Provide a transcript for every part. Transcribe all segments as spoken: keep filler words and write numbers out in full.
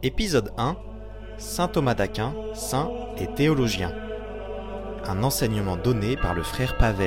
Épisode un. Saint Thomas d'Aquin, saint et théologien. Un enseignement donné par le frère Pavel.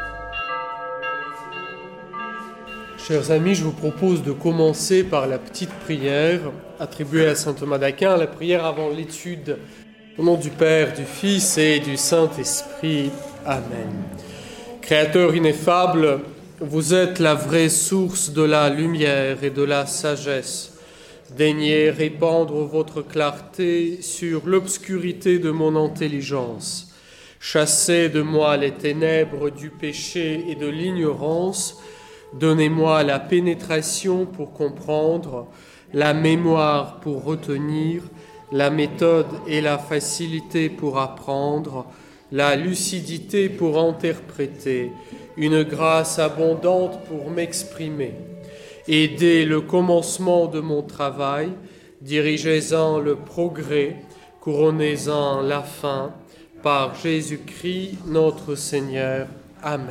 Chers amis, je vous propose de commencer par la petite prière attribuée à saint Thomas d'Aquin, la prière avant l'étude. Au nom du Père, du Fils et du Saint-Esprit. Amen. Créateur ineffable, vous êtes la vraie source de la lumière et de la sagesse. Daignez répandre votre clarté sur l'obscurité de mon intelligence. Chassez de moi les ténèbres du péché et de l'ignorance. Donnez-moi la pénétration pour comprendre, la mémoire pour retenir, la méthode et la facilité pour apprendre, la lucidité pour interpréter, une grâce abondante pour m'exprimer. Et dès le commencement de mon travail, dirigez-en le progrès, couronnez-en la fin, par Jésus-Christ notre Seigneur. Amen.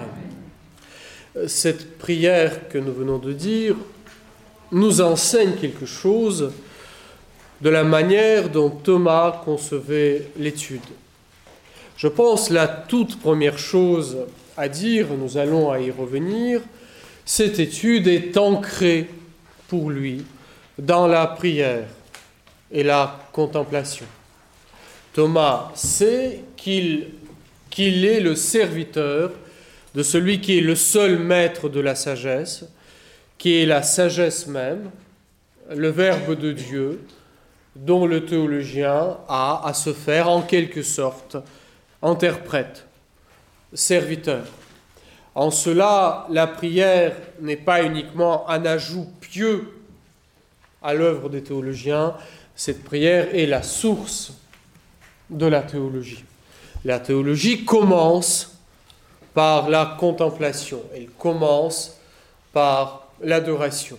Cette prière que nous venons de dire nous enseigne quelque chose de la manière dont Thomas concevait l'étude. Je pense la toute première chose à dire, nous allons y revenir, cette étude est ancrée pour lui dans la prière et la contemplation. Thomas sait qu'il, qu'il est le serviteur de celui qui est le seul maître de la sagesse, qui est la sagesse même, le Verbe de Dieu, dont le théologien a à se faire en quelque sorte interprète, serviteur. En cela, la prière n'est pas uniquement un ajout pieux à l'œuvre des théologiens, cette prière est la source de la théologie. La théologie commence par la contemplation, elle commence par l'adoration.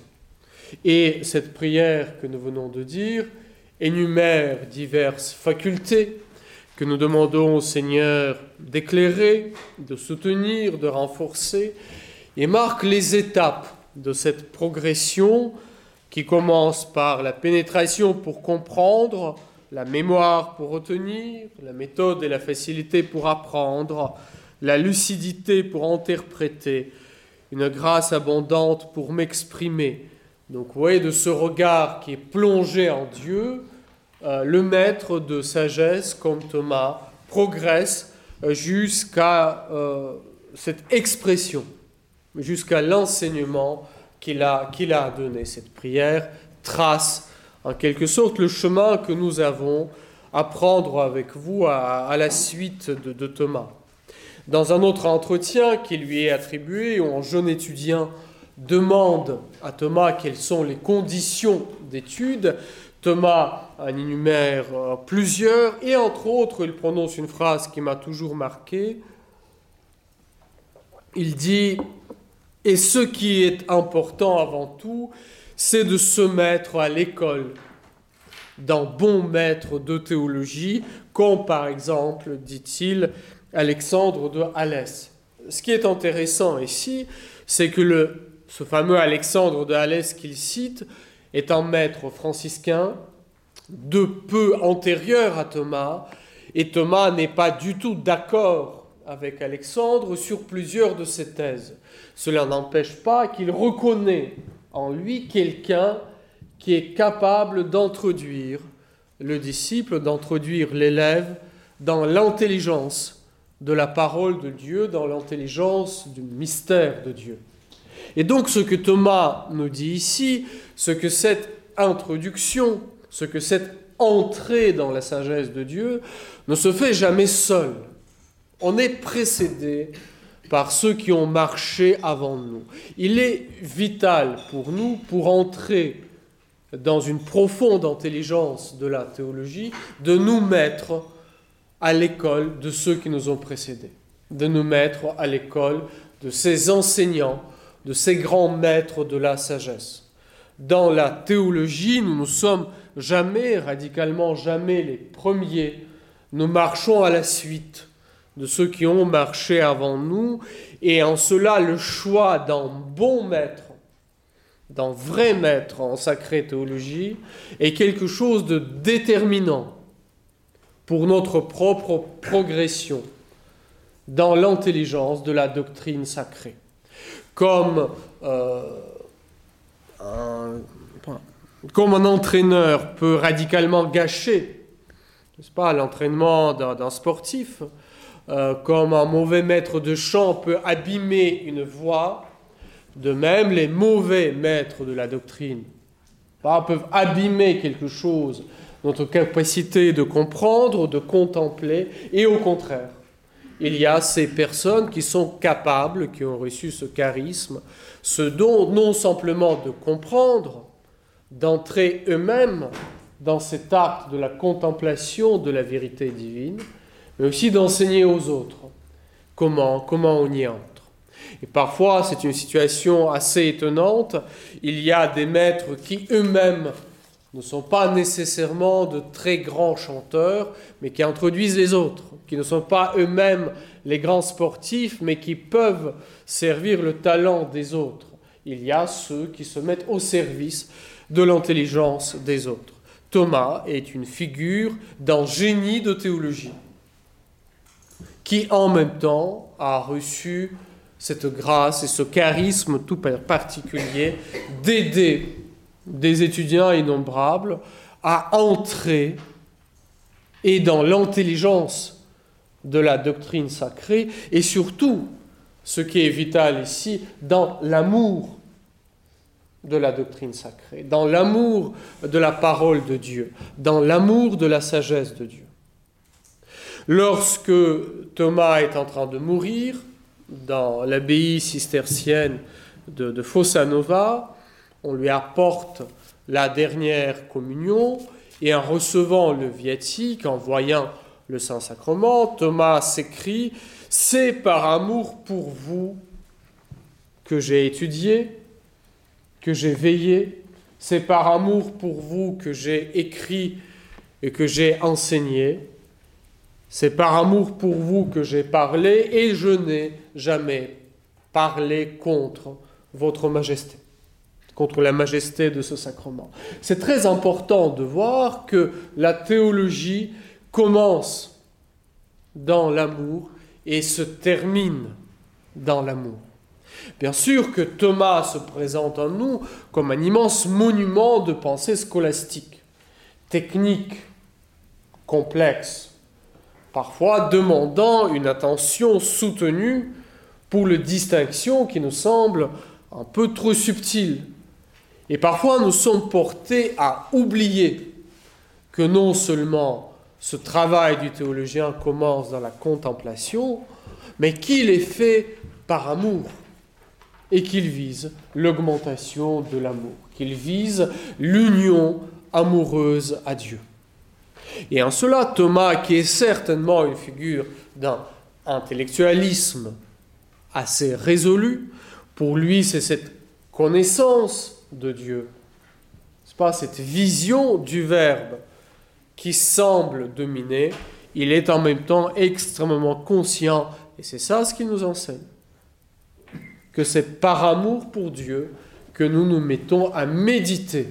Et cette prière que nous venons de dire énumère diverses facultés que nous demandons au Seigneur d'éclairer, de soutenir, de renforcer, et marque les étapes de cette progression qui commence par la pénétration pour comprendre, la mémoire pour retenir, la méthode et la facilité pour apprendre, la lucidité pour interpréter, une grâce abondante pour m'exprimer. Donc vous voyez, de ce regard qui est plongé en Dieu, euh, le maître de sagesse, comme Thomas, progresse euh, jusqu'à euh, cette expression, jusqu'à l'enseignement qu'il a, qu'il a donné. Cette prière trace en quelque sorte le chemin que nous avons à prendre avec vous à, à la suite de, de Thomas. Dans un autre entretien qui lui est attribué, où un jeune étudiant demande à Thomas quelles sont les conditions d'étude, Thomas en énumère plusieurs, et entre autres, il prononce une phrase qui m'a toujours marqué. Il dit « Et ce qui est important avant tout, c'est de se mettre à l'école d'un bon maître de théologie, comme par exemple, dit-il, Alexandre de Alès. » Ce qui est intéressant ici, c'est que le, ce fameux Alexandre de Alès qu'il cite est un maître franciscain de peu antérieur à Thomas, et Thomas n'est pas du tout d'accord avec Alexandre sur plusieurs de ses thèses. Cela n'empêche pas qu'il reconnaît en lui quelqu'un qui est capable d'introduire le disciple, d'introduire l'élève dans l'intelligence de la parole de Dieu, dans l'intelligence du mystère de Dieu. Et donc ce que Thomas nous dit ici, ce que cette introduction, ce que cette entrée dans la sagesse de Dieu ne se fait jamais seul. On est précédé par ceux qui ont marché avant nous. Il est vital pour nous, pour entrer dans une profonde intelligence de la théologie, de nous mettre à l'école de ceux qui nous ont précédés, de nous mettre à l'école de ces enseignants, de ces grands maîtres de la sagesse. Dans la théologie, nous ne sommes jamais, radicalement jamais les premiers. Nous marchons à la suite de ceux qui ont marché avant nous, et en cela, le choix d'un bon maître d'un vrai maître en sacrée théologie est quelque chose de déterminant pour notre propre progression dans l'intelligence de la doctrine sacrée. Comme, euh, un, comme un entraîneur peut radicalement gâcher, n'est-ce pas, l'entraînement d'un, d'un sportif, euh, comme un mauvais maître de chant peut abîmer une voix, de même les mauvais maîtres de la doctrine peuvent abîmer quelque chose, notre capacité de comprendre, de contempler, et au contraire, il y a ces personnes qui sont capables, qui ont reçu ce charisme, ce don non simplement de comprendre, d'entrer eux-mêmes dans cet acte de la contemplation de la vérité divine, mais aussi d'enseigner aux autres comment, comment on y entre. Et parfois, c'est une situation assez étonnante. Il y a des maîtres qui eux-mêmes ne sont pas nécessairement de très grands chanteurs, mais qui introduisent les autres, qui ne sont pas eux-mêmes les grands sportifs, mais qui peuvent servir le talent des autres. Il y a ceux qui se mettent au service de l'intelligence des autres. Thomas est une figure d'un génie de théologie, qui en même temps a reçu cette grâce et ce charisme tout particulier d'aider des étudiants innombrables à entrer et dans l'intelligence de la doctrine sacrée et surtout, ce qui est vital ici, dans l'amour de la doctrine sacrée, dans l'amour de la parole de Dieu, dans l'amour de la sagesse de Dieu. Lorsque Thomas est en train de mourir dans l'abbaye cistercienne de, de Fossa Nova, on lui apporte la dernière communion et en recevant le viatique, en voyant le Saint-Sacrement, Thomas s'écrie « C'est par amour pour vous que j'ai étudié, que j'ai veillé, c'est par amour pour vous que j'ai écrit et que j'ai enseigné, c'est par amour pour vous que j'ai parlé et je n'ai jamais parlé contre votre majesté. » contre la majesté de ce sacrement. C'est très important de voir que la théologie commence dans l'amour et se termine dans l'amour. Bien sûr que Thomas se présente à nous comme un immense monument de pensée scolastique, technique, complexe, parfois demandant une attention soutenue pour les distinctions qui nous semblent un peu trop subtiles. Et parfois, nous sommes portés à oublier que non seulement ce travail du théologien commence dans la contemplation, mais qu'il est fait par amour et qu'il vise l'augmentation de l'amour, qu'il vise l'union amoureuse à Dieu. Et en cela, Thomas, qui est certainement une figure d'un intellectualisme assez résolu, pour lui, c'est cette connaissance de Dieu, c'est pas cette vision du Verbe qui semble dominer, il est en même temps extrêmement conscient, et c'est ça ce qu'il nous enseigne, que c'est par amour pour Dieu que nous nous mettons à méditer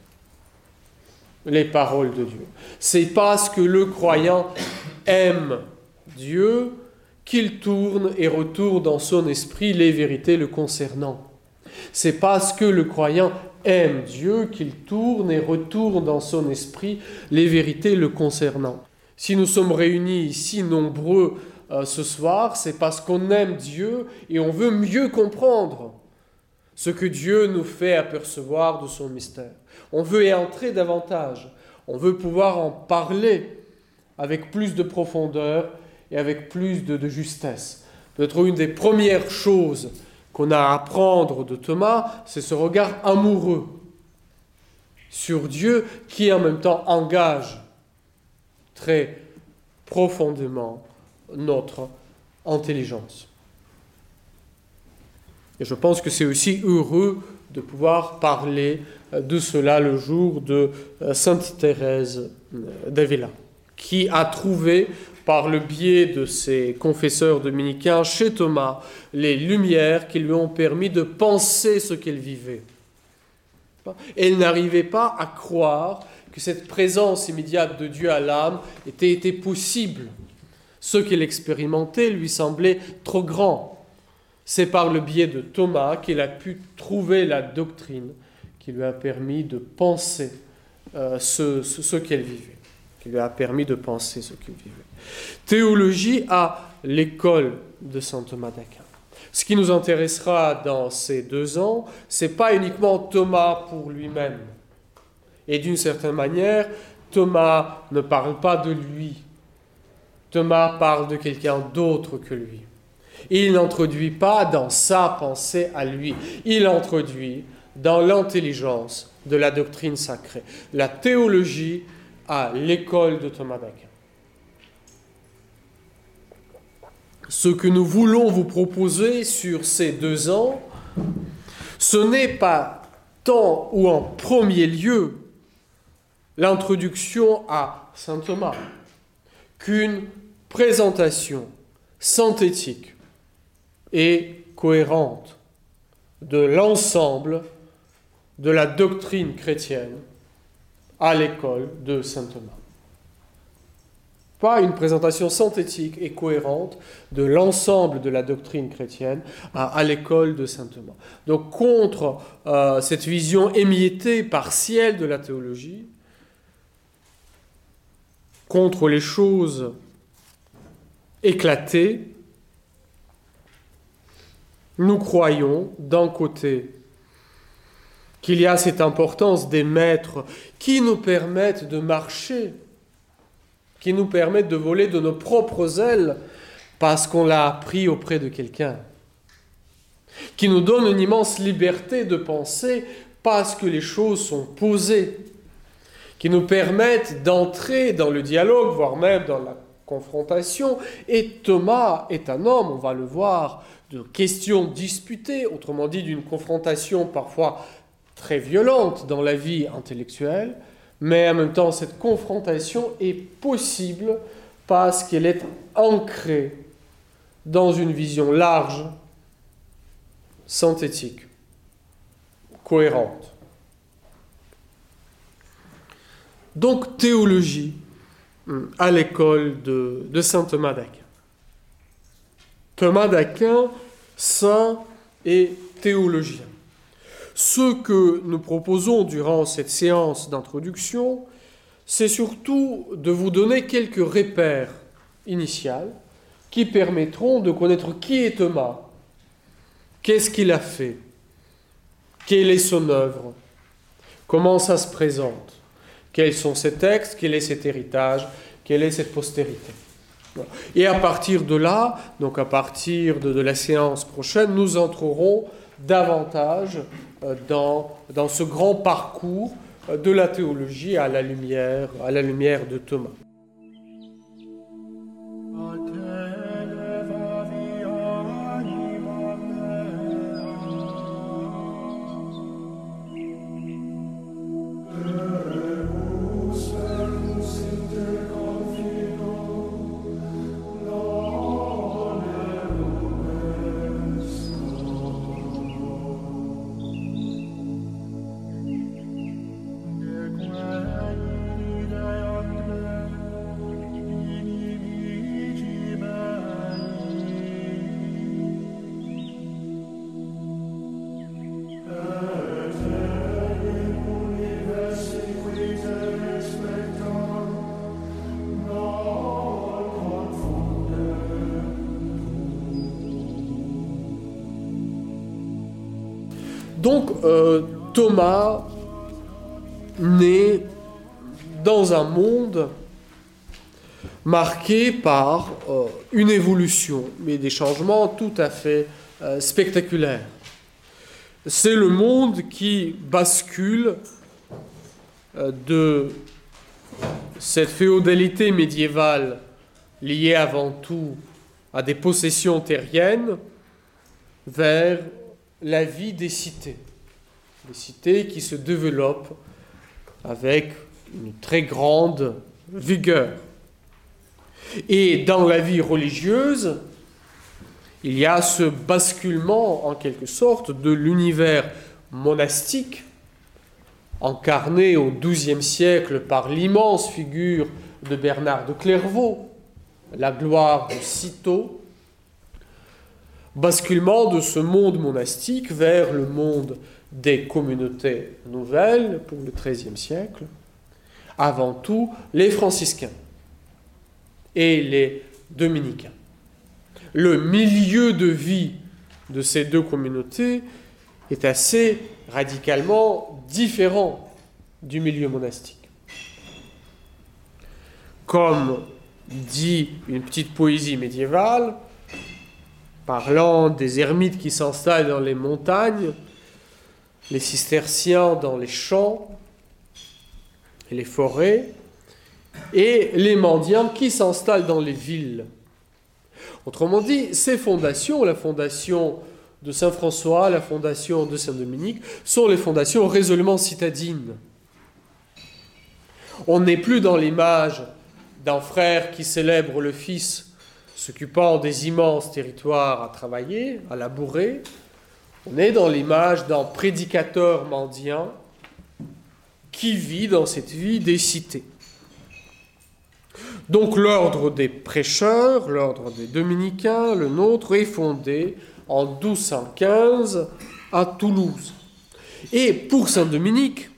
les paroles de Dieu. C'est parce que le croyant aime Dieu qu'il tourne et retourne dans son esprit les vérités le concernant. C'est parce que le croyant aime Dieu qu'il tourne et retourne dans son esprit les vérités le concernant. Si nous sommes réunis ici nombreux euh, ce soir, c'est parce qu'on aime Dieu et on veut mieux comprendre ce que Dieu nous fait apercevoir de son mystère. On veut y entrer davantage. On veut pouvoir en parler avec plus de profondeur et avec plus de, de justesse. Peut-être une des premières choses qu'on a à apprendre de Thomas, c'est ce regard amoureux sur Dieu qui en même temps engage très profondément notre intelligence. Et je pense que c'est aussi heureux de pouvoir parler de cela le jour de Sainte Thérèse d'Avila, qui a trouvé par le biais de ses confesseurs dominicains chez Thomas les lumières qui lui ont permis de penser ce qu'elle vivait Et il n'arrivait pas à croire que cette présence immédiate de Dieu à l'âme était, était possible. Ce qu'il expérimentait lui semblait trop grand. C'est par le biais de Thomas qu'il a pu trouver la doctrine qui lui a permis de penser euh, ce, ce, ce qu'elle vivait. Qui lui a permis de penser ce qu'il vivait. Théologie à l'école de saint Thomas d'Aquin. Ce qui nous intéressera dans ces deux ans, ce n'est pas uniquement Thomas pour lui-même. Et d'une certaine manière, Thomas ne parle pas de lui. Thomas parle de quelqu'un d'autre que lui. Il n'introduit pas dans sa pensée à lui. Il introduit dans l'intelligence de la doctrine sacrée. La théologie à l'école de Thomas d'Aquin. Ce que nous voulons vous proposer sur ces deux ans, ce n'est pas tant ou en premier lieu l'introduction à saint Thomas qu'une présentation synthétique et cohérente de l'ensemble de la doctrine chrétienne à l'école de saint Thomas. Pas une présentation synthétique et cohérente de l'ensemble de la doctrine chrétienne à, à l'école de saint Thomas. Donc contre euh, cette vision émiettée, partielle de la théologie, contre les choses éclatées, nous croyons d'un côté qu'il y a cette importance des maîtres qui nous permettent de marcher, qui nous permettent de voler de nos propres ailes parce qu'on l'a appris auprès de quelqu'un, qui nous donne une immense liberté de penser parce que les choses sont posées, qui nous permettent d'entrer dans le dialogue, voire même dans la confrontation. Et Thomas est un homme, on va le voir, de questions disputées, autrement dit d'une confrontation parfois très violente dans la vie intellectuelle, mais en même temps cette confrontation est possible parce qu'elle est ancrée dans une vision large, synthétique, cohérente. Donc théologie à l'école de, de saint Thomas d'Aquin. Thomas d'Aquin, saint et théologien. Ce que nous proposons durant cette séance d'introduction, c'est surtout de vous donner quelques repères initiaux qui permettront de connaître qui est Thomas, qu'est-ce qu'il a fait, quelle est son œuvre, comment ça se présente, quels sont ses textes, quel est cet héritage, quelle est cette postérité. Et à partir de là, donc à partir de, de la séance prochaine, nous entrerons davantage dans, dans ce grand parcours de la théologie à la lumière, à la lumière de Thomas. Donc, euh, Thomas naît dans un monde marqué par euh, une évolution, mais des changements tout à fait euh, spectaculaires. C'est le monde qui bascule euh, de cette féodalité médiévale liée avant tout à des possessions terriennes vers la vie des cités, des cités qui se développent avec une très grande vigueur. Et dans la vie religieuse, il y a ce basculement en quelque sorte de l'univers monastique incarné au douzième siècle par l'immense figure de Bernard de Clairvaux, la gloire du Cîteau, basculement de ce monde monastique vers le monde des communautés nouvelles pour le treizième siècle, avant tout les franciscains et les dominicains. Le milieu de vie de ces deux communautés est assez radicalement différent du milieu monastique. Comme dit une petite poésie médiévale, parlant des ermites qui s'installent dans les montagnes, les cisterciens dans les champs et les forêts, et les mendiants qui s'installent dans les villes. Autrement dit, ces fondations, la fondation de Saint François, la fondation de Saint Dominique, sont les fondations résolument citadines. On n'est plus dans l'image d'un frère qui célèbre le fils s'occupant des immenses territoires à travailler, à labourer. On est dans l'image d'un prédicateur mendiant qui vit dans cette vie des cités. Donc l'ordre des prêcheurs, l'ordre des dominicains, le nôtre, est fondé en douze cent quinze à Toulouse. Et pour Saint-Dominique,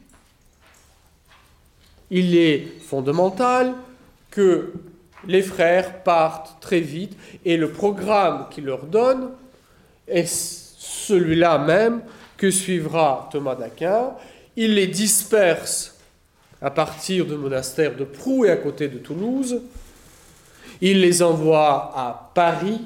il est fondamental que les frères partent très vite et le programme qu'il leur donne est celui-là même que suivra Thomas d'Aquin. Il les disperse à partir du monastère de Proux et à côté de Toulouse. Il les envoie à Paris,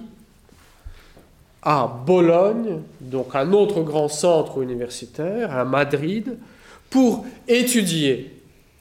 à Bologne, donc un autre grand centre universitaire, à Madrid, pour étudier,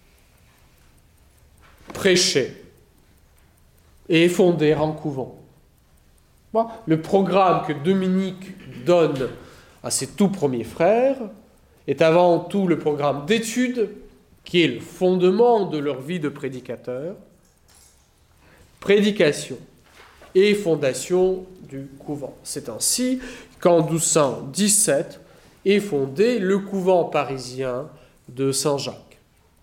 prêcher et fonder un couvent. Le programme que Dominique donne à ses tout premiers frères est avant tout le programme d'études qui est le fondement de leur vie de prédicateur, prédication et fondation du couvent. C'est ainsi qu'en douze cent dix-sept est fondé le couvent parisien de Saint-Jacques.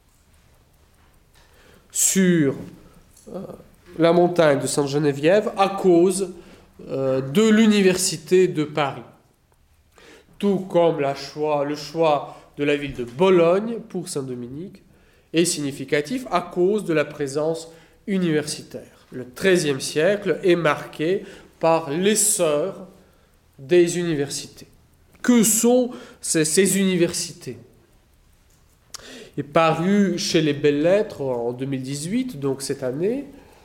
Sur euh, la montagne de Sainte-Geneviève, à cause euh, de l'université de Paris. Tout comme la choix, le choix de la ville de Bologne pour Saint-Dominique est significatif à cause de la présence universitaire. Le treizième siècle est marqué par l'essor des universités. Que sont ces, ces universités ? Est paru chez les Belles Lettres en deux mille dix-huit, donc cette année,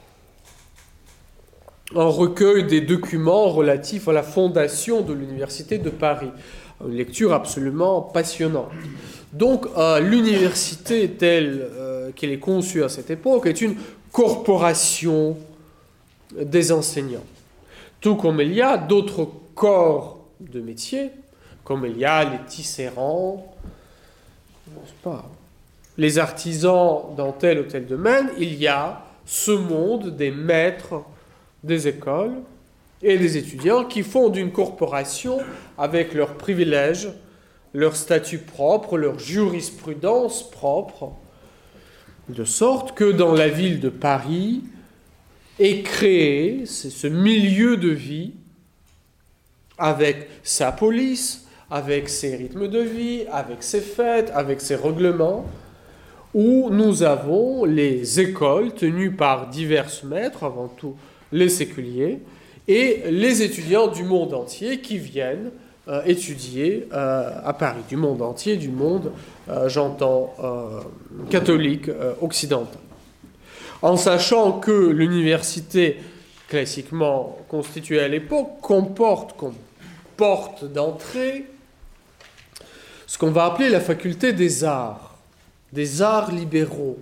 un recueil des documents relatifs à la fondation de l'Université de Paris. Une lecture absolument passionnante. Donc, euh, l'université telle euh, qu'elle est conçue à cette époque est une corporation des enseignants. Tout comme il y a d'autres corps de métiers, comme il y a les tisserands, je sais pas, les artisans dans tel ou tel domaine, il y a ce monde des maîtres des écoles et des étudiants qui fondent une corporation avec leurs privilèges, leur statut propre, leur jurisprudence propre, de sorte que dans la ville de Paris est créé ce milieu de vie avec sa police, avec ses rythmes de vie, avec ses fêtes, avec ses règlements, où nous avons les écoles tenues par divers maîtres, avant tout les séculiers, et les étudiants du monde entier qui viennent euh, étudier euh, à Paris, du monde entier, du monde, euh, j'entends, euh, catholique euh, occidental. En sachant que l'université, classiquement constituée à l'époque, comporte comme porte d'entrée ce qu'on va appeler la faculté des arts, des arts libéraux,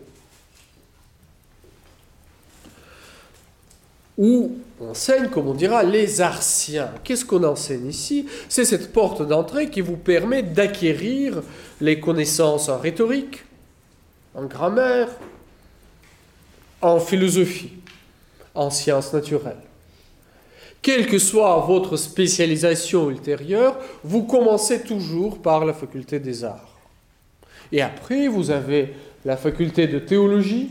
où on enseigne, comme on dira, les artiens. Qu'est-ce qu'on enseigne ici ? C'est cette porte d'entrée qui vous permet d'acquérir les connaissances en rhétorique, en grammaire, en philosophie, en sciences naturelles. Quelle que soit votre spécialisation ultérieure, vous commencez toujours par la faculté des arts. Et après, vous avez la faculté de théologie,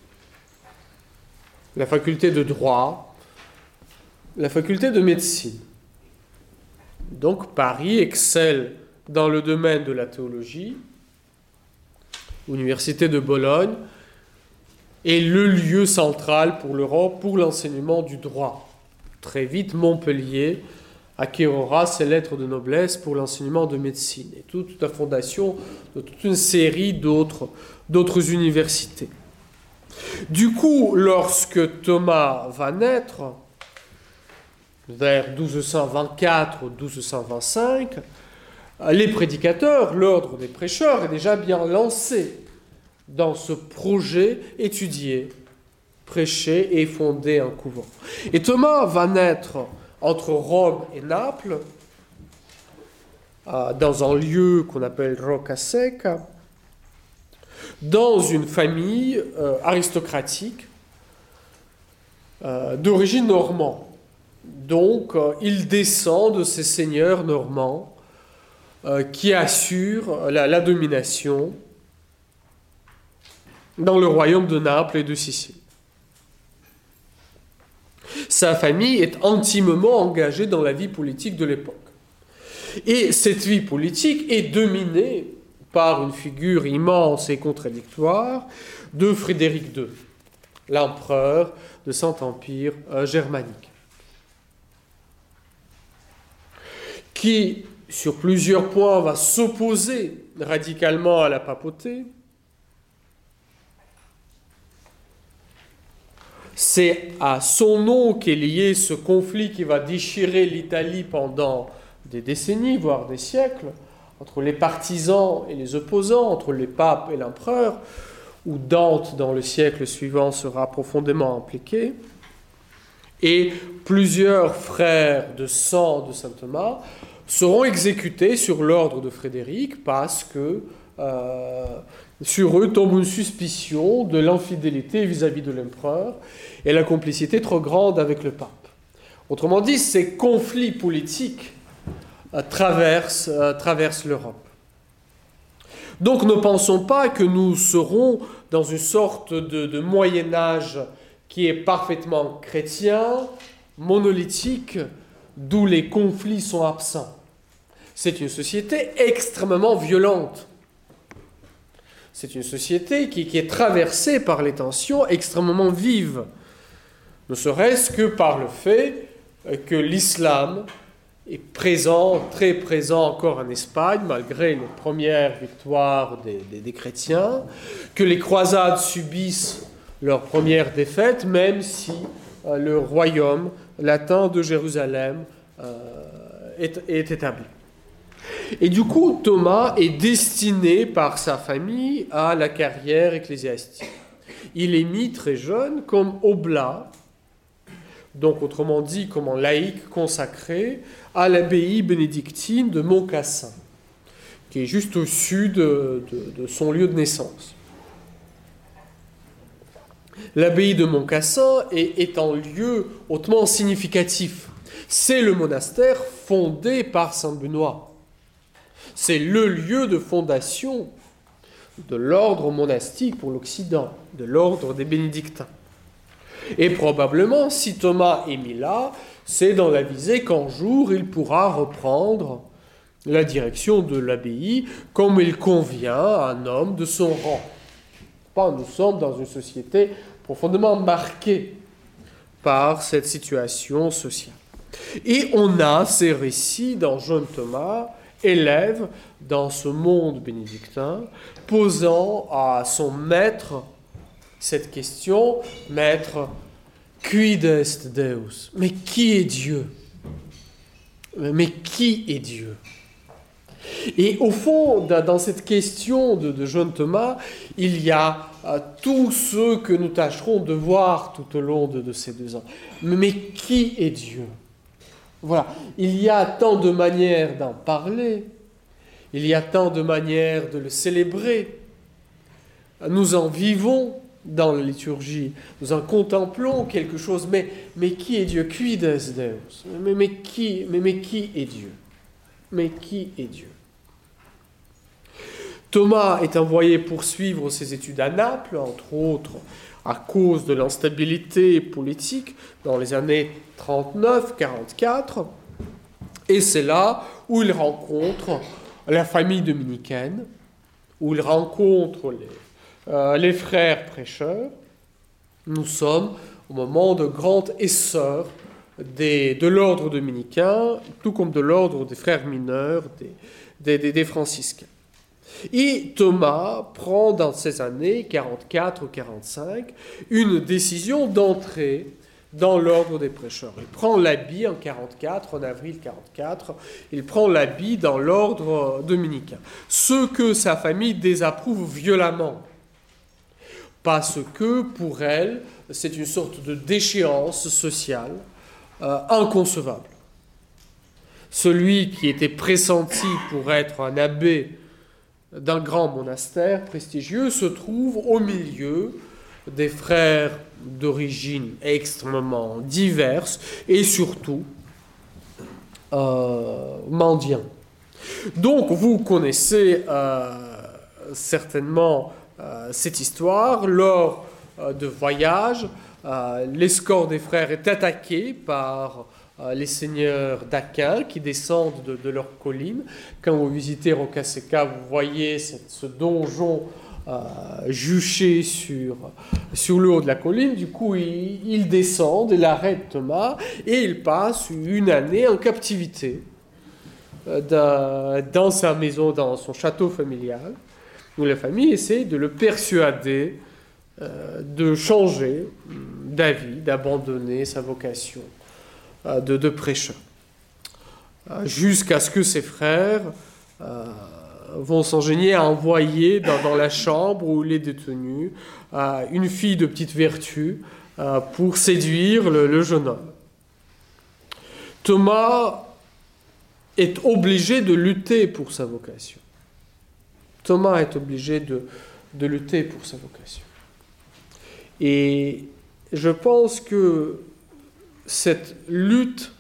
la faculté de droit, la faculté de médecine. Donc Paris excelle dans le domaine de la théologie. L'université de Bologne est le lieu central pour l'Europe pour l'enseignement du droit. Très vite, Montpellier acquérera ses lettres de noblesse pour l'enseignement de médecine et toute la fondation de toute une série d'autres, d'autres universités. Du coup, lorsque Thomas va naître, vers douze cent vingt-quatre ou douze cent vingt-cinq, les prédicateurs, l'ordre des prêcheurs est déjà bien lancé dans ce projet étudier, prêcher et fonder un couvent. Et Thomas va naître entre Rome et Naples, dans un lieu qu'on appelle Roccaseca, dans une famille euh, aristocratique euh, d'origine normande. Donc, euh, il descend de ces seigneurs normands euh, qui assurent la, la domination dans le royaume de Naples et de Sicile. Sa famille est intimement engagée dans la vie politique de l'époque. Et cette vie politique est dominée par une figure immense et contradictoire de Frédéric deux, l'empereur de Saint-Empire euh, germanique, qui, sur plusieurs points, va s'opposer radicalement à la papauté. C'est à son nom qu'est lié ce conflit qui va déchirer l'Italie pendant des décennies, voire des siècles, entre les partisans et les opposants, entre les papes et l'empereur, où Dante, dans le siècle suivant, sera profondément impliqué. Et plusieurs frères de sang de saint Thomas seront exécutés sur l'ordre de Frédéric parce que euh, sur eux tombe une suspicion de l'infidélité vis-à-vis de l'empereur et la complicité trop grande avec le pape. Autrement dit, ces conflits politiques euh, traversent, euh, traversent l'Europe. Donc ne pensons pas que nous serons dans une sorte de, de Moyen-Âge qui est parfaitement chrétien, monolithique, d'où les conflits sont absents. C'est une société extrêmement violente. C'est une société qui, qui est traversée par les tensions extrêmement vives, ne serait-ce que par le fait que l'islam est présent, très présent encore en Espagne, malgré les premières victoires des, des, des chrétiens, que les croisades subissent leur première défaite, même si euh, le royaume latin de Jérusalem euh, est, est établi. Et du coup, Thomas est destiné par sa famille à la carrière ecclésiastique. Il est mis très jeune comme oblat, donc autrement dit comme un laïc consacré à l'abbaye bénédictine de Montcassin, qui est juste au sud de, de, de son lieu de naissance. L'abbaye de Montcassin est, est un lieu hautement significatif. C'est le monastère fondé par saint Benoît. C'est le lieu de fondation de l'ordre monastique pour l'Occident, de l'ordre des bénédictins. Et probablement, si Thomas est mis là, c'est dans la visée qu'un jour il pourra reprendre la direction de l'abbaye comme il convient à un homme de son rang. Nous sommes dans une société profondément marquée par cette situation sociale. Et on a ces récits dans Jeune Thomas, élève dans ce monde bénédictin, posant à son maître cette question, maître, quid est Deus? Mais qui est Dieu? Mais qui est Dieu? Et au fond, dans cette question de, de Jeune Thomas, il y a euh, tout ce que nous tâcherons de voir tout au long de, de ces deux ans. Mais, mais qui est Dieu? Voilà, il y a tant de manières d'en parler, il y a tant de manières de le célébrer. Nous en vivons dans la liturgie, nous en contemplons quelque chose, mais, mais qui est Dieu? Quid est Deus? Mais, mais, qui, mais, mais qui est Dieu? Mais qui est Dieu? Thomas est envoyé poursuivre ses études à Naples, entre autres à cause de l'instabilité politique dans les années trente-neuf quarante-quatre. Et c'est là où il rencontre la famille dominicaine, où il rencontre les, euh, les frères prêcheurs. Nous sommes au moment de grand essor des, de l'ordre dominicain, tout comme de l'ordre des frères mineurs, des, des, des, des franciscains. Et Thomas prend dans ces années quarante-quatre ou quarante-cinq une décision d'entrer dans l'ordre des prêcheurs. Il prend l'habit en quarante-quatre, en avril quarante-quatre, il prend l'habit dans l'ordre dominicain. Ce que sa famille désapprouve violemment, parce que pour elle, c'est une sorte de déchéance sociale euh, inconcevable. Celui qui était pressenti pour être un abbé d'un grand monastère prestigieux se trouve au milieu des frères d'origine extrêmement diverses et surtout euh, mendiants. Donc vous connaissez euh, certainement euh, cette histoire. Lors euh, de voyages, euh, l'escorte des frères est attaquée par euh, les seigneurs d'Aquin qui descendent de, de leur colline. Quand vous visitez Roccasecca, vous voyez cette, ce donjon Euh, juché sur, sur le haut de la colline. Du coup, il, il descend, il arrête Thomas et il passe une année en captivité euh, dans, dans sa maison, dans son château familial, où la famille essaie de le persuader euh, de changer d'avis, d'abandonner sa vocation euh, de, de prêcheur, euh, jusqu'à ce que ses frères euh, vont s'ingénier à envoyer dans, dans la chambre où il est détenu euh, une fille de petite vertu euh, pour séduire le, le jeune homme. Thomas est obligé de lutter pour sa vocation. Thomas est obligé de, de lutter pour sa vocation. Et je pense que cette lutte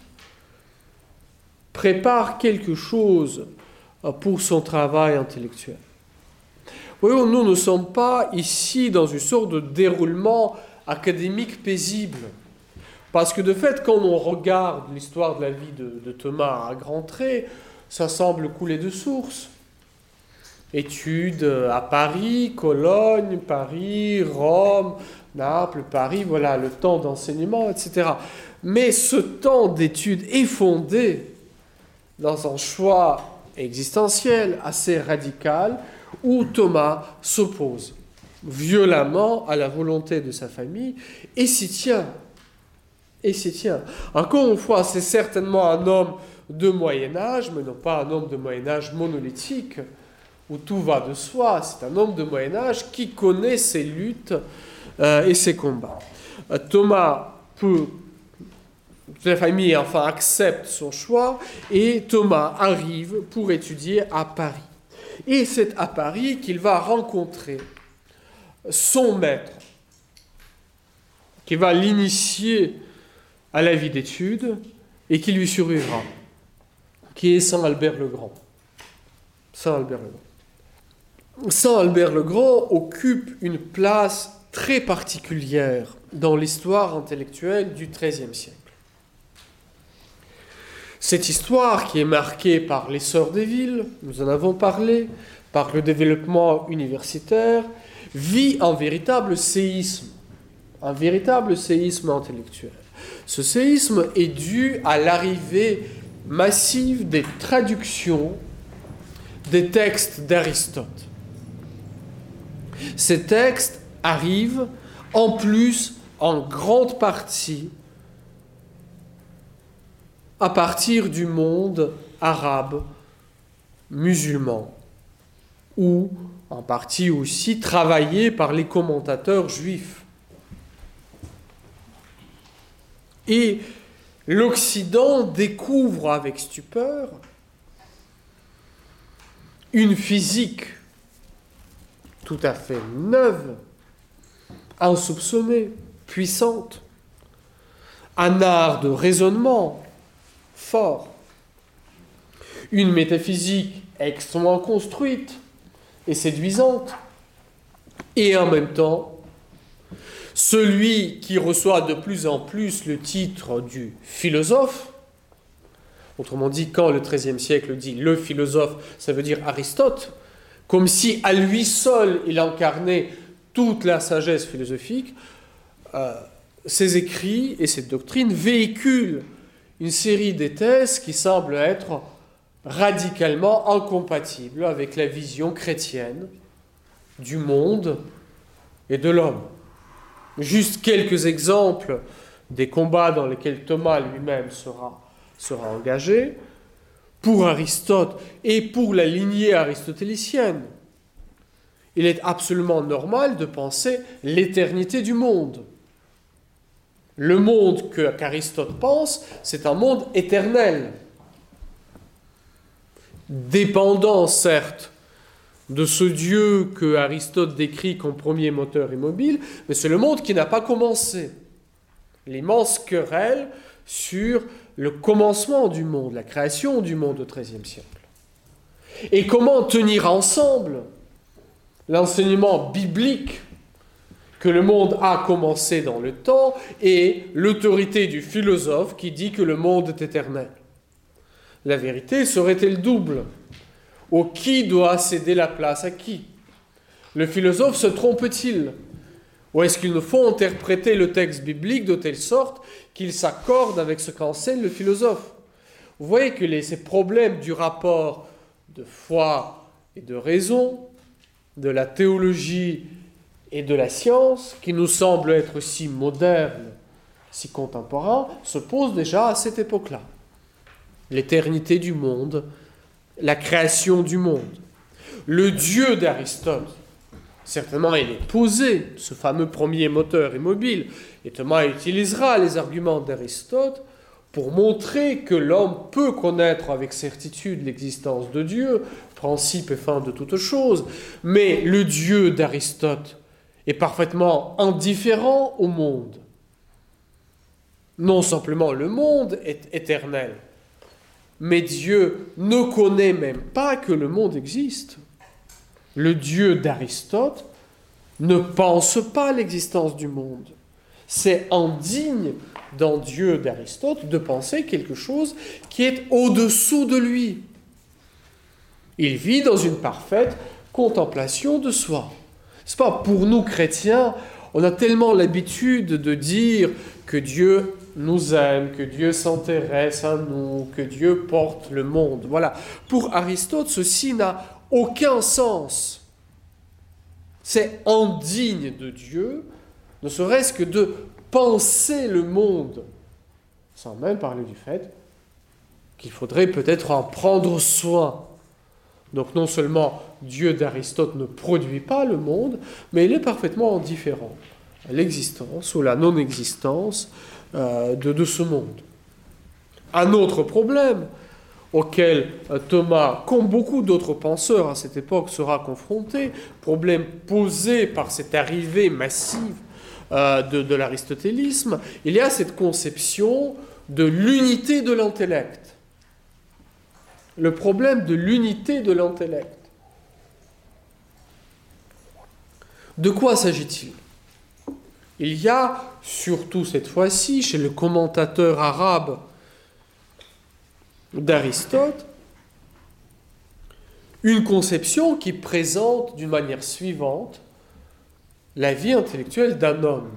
prépare quelque chose pour son travail intellectuel. Voyons, nous ne sommes pas ici dans une sorte de déroulement académique paisible. Parce que de fait, quand on regarde l'histoire de la vie de, de Thomas à grands traits, ça semble couler de source. Études à Paris, Cologne, Paris, Rome, Naples, Paris, voilà, le temps d'enseignement, et cetera. Mais ce temps d'études est fondé dans un choix existentiel assez radical où Thomas s'oppose violemment à la volonté de sa famille et s'y tient. Et s'y tient. Encore une fois, c'est certainement un homme de Moyen-Âge, mais non pas un homme de Moyen-Âge monolithique où tout va de soi. C'est un homme de Moyen-Âge qui connaît ses luttes euh, et ses combats. Euh, Thomas peut La famille, enfin, accepte son choix et Thomas arrive pour étudier à Paris. Et c'est à Paris qu'il va rencontrer son maître, qui va l'initier à la vie d'études et qui lui survivra, qui est Saint Albert le Grand. Saint Albert le Grand. Saint Albert le Grand occupe une place très particulière dans l'histoire intellectuelle du treizième siècle. Cette histoire qui est marquée par l'essor des villes, nous en avons parlé, par le développement universitaire, vit un véritable séisme, un véritable séisme intellectuel. Ce séisme est dû à l'arrivée massive des traductions des textes d'Aristote. Ces textes arrivent en plus en grande partie à partir du monde arabe musulman, ou en partie aussi travaillé par les commentateurs juifs. Et l'Occident découvre avec stupeur une physique tout à fait neuve, insoupçonnée, puissante, un art de raisonnement fort, une métaphysique extrêmement construite, et séduisante. Et en même temps, celui qui reçoit de plus en plus le titre du philosophe, autrement dit, quand le treizième siècle dit le philosophe, ça veut dire Aristote, comme si à lui seul il incarnait toute la sagesse philosophique, euh, ses écrits et cette doctrine véhiculent une série de thèses qui semblent être radicalement incompatibles avec la vision chrétienne du monde et de l'homme. Juste quelques exemples des combats dans lesquels Thomas lui-même sera, sera engagé. Pour Aristote et pour la lignée aristotélicienne, il est absolument normal de penser l'éternité du monde. Le monde que, qu'Aristote pense, c'est un monde éternel, dépendant certes de ce Dieu que Aristote décrit comme premier moteur immobile, mais c'est le monde qui n'a pas commencé. L'immense querelle sur le commencement du monde, la création du monde au treizième siècle. Et comment tenir ensemble l'enseignement biblique que le monde a commencé dans le temps et l'autorité du philosophe qui dit que le monde est éternel. La vérité serait-elle double? Au qui doit céder la place à qui? Le philosophe se trompe-t-il? Ou est-ce qu'il nous faut interpréter le texte biblique de telle sorte qu'il s'accorde avec ce qu'enseigne le philosophe? Vous voyez que les, ces problèmes du rapport de foi et de raison, de la théologie et de la science, qui nous semblent être si modernes, si contemporains, se posent déjà à cette époque-là. L'éternité du monde, la création du monde. Le Dieu d'Aristote, certainement, il est posé, ce fameux premier moteur immobile. Et Thomas utilisera les arguments d'Aristote pour montrer que l'homme peut connaître avec certitude l'existence de Dieu, principe et fin de toute chose. Mais le Dieu d'Aristote est parfaitement indifférent au monde. Non simplement le monde est éternel, mais Dieu ne connaît même pas que le monde existe. Le Dieu d'Aristote ne pense pas l'existence du monde. C'est indigne d'un Dieu d'Aristote de penser quelque chose qui est au-dessous de lui. Il vit dans une parfaite contemplation de soi. C'est pas pour nous chrétiens, on a tellement l'habitude de dire que Dieu nous aime, que Dieu s'intéresse à nous, que Dieu porte le monde. Voilà. Pour Aristote, ceci n'a aucun sens. C'est indigne de Dieu, ne serait-ce que de penser le monde, sans même parler du fait qu'il faudrait peut-être en prendre soin. Donc non seulement Dieu d'Aristote ne produit pas le monde, mais il est parfaitement indifférent à l'existence ou la non-existence euh, de, de ce monde. Un autre problème auquel euh, Thomas, comme beaucoup d'autres penseurs à cette époque, sera confronté, problème posé par cette arrivée massive euh, de, de l'aristotélisme, il y a cette conception de l'unité de l'intellect. Le problème de l'unité de l'intellect. De quoi s'agit-il? Il y a, surtout cette fois-ci, chez le commentateur arabe d'Aristote, une conception qui présente d'une manière suivante la vie intellectuelle d'un homme.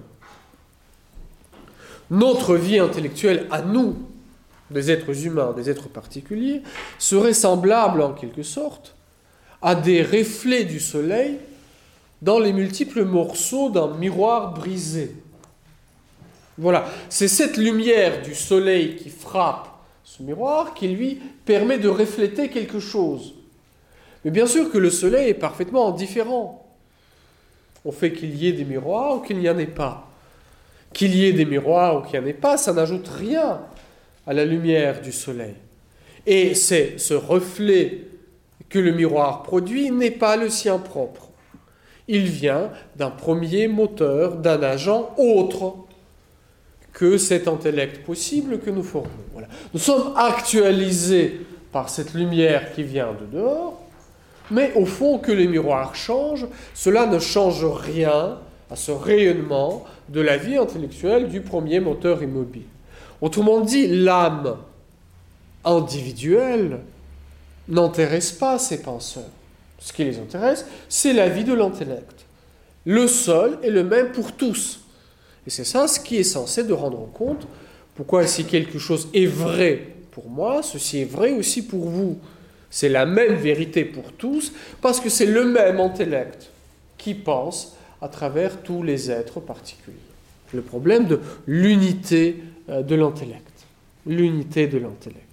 Notre vie intellectuelle à nous, des êtres humains, des êtres particuliers, serait semblable en quelque sorte à des reflets du soleil dans les multiples morceaux d'un miroir brisé. Voilà, c'est cette lumière du soleil qui frappe ce miroir qui lui permet de refléter quelque chose. Mais bien sûr que le soleil est parfaitement indifférent au fait qu'il y ait des miroirs ou qu'il n'y en ait pas. Qu'il y ait des miroirs ou qu'il n'y en ait pas, ça n'ajoute rien à la lumière du soleil. Et c'est ce reflet que le miroir produit n'est pas le sien propre. Il vient d'un premier moteur, d'un agent autre que cet intellect possible que nous formons. Voilà. Nous sommes actualisés par cette lumière qui vient de dehors, Mais au fond, que les miroirs changent, cela ne change rien à ce rayonnement de la vie intellectuelle du premier moteur immobile. Autrement dit, l'âme individuelle n'intéresse pas ces penseurs. Ce qui les intéresse, c'est la vie de l'intellect. Le seul est le même pour tous. Et c'est ça ce qui est censé de rendre compte. Pourquoi si quelque chose est vrai pour moi, ceci est vrai aussi pour vous. C'est la même vérité pour tous, parce que c'est le même intellect qui pense à travers tous les êtres particuliers. Le problème de l'unité de l'intellect. L'unité de l'intellect.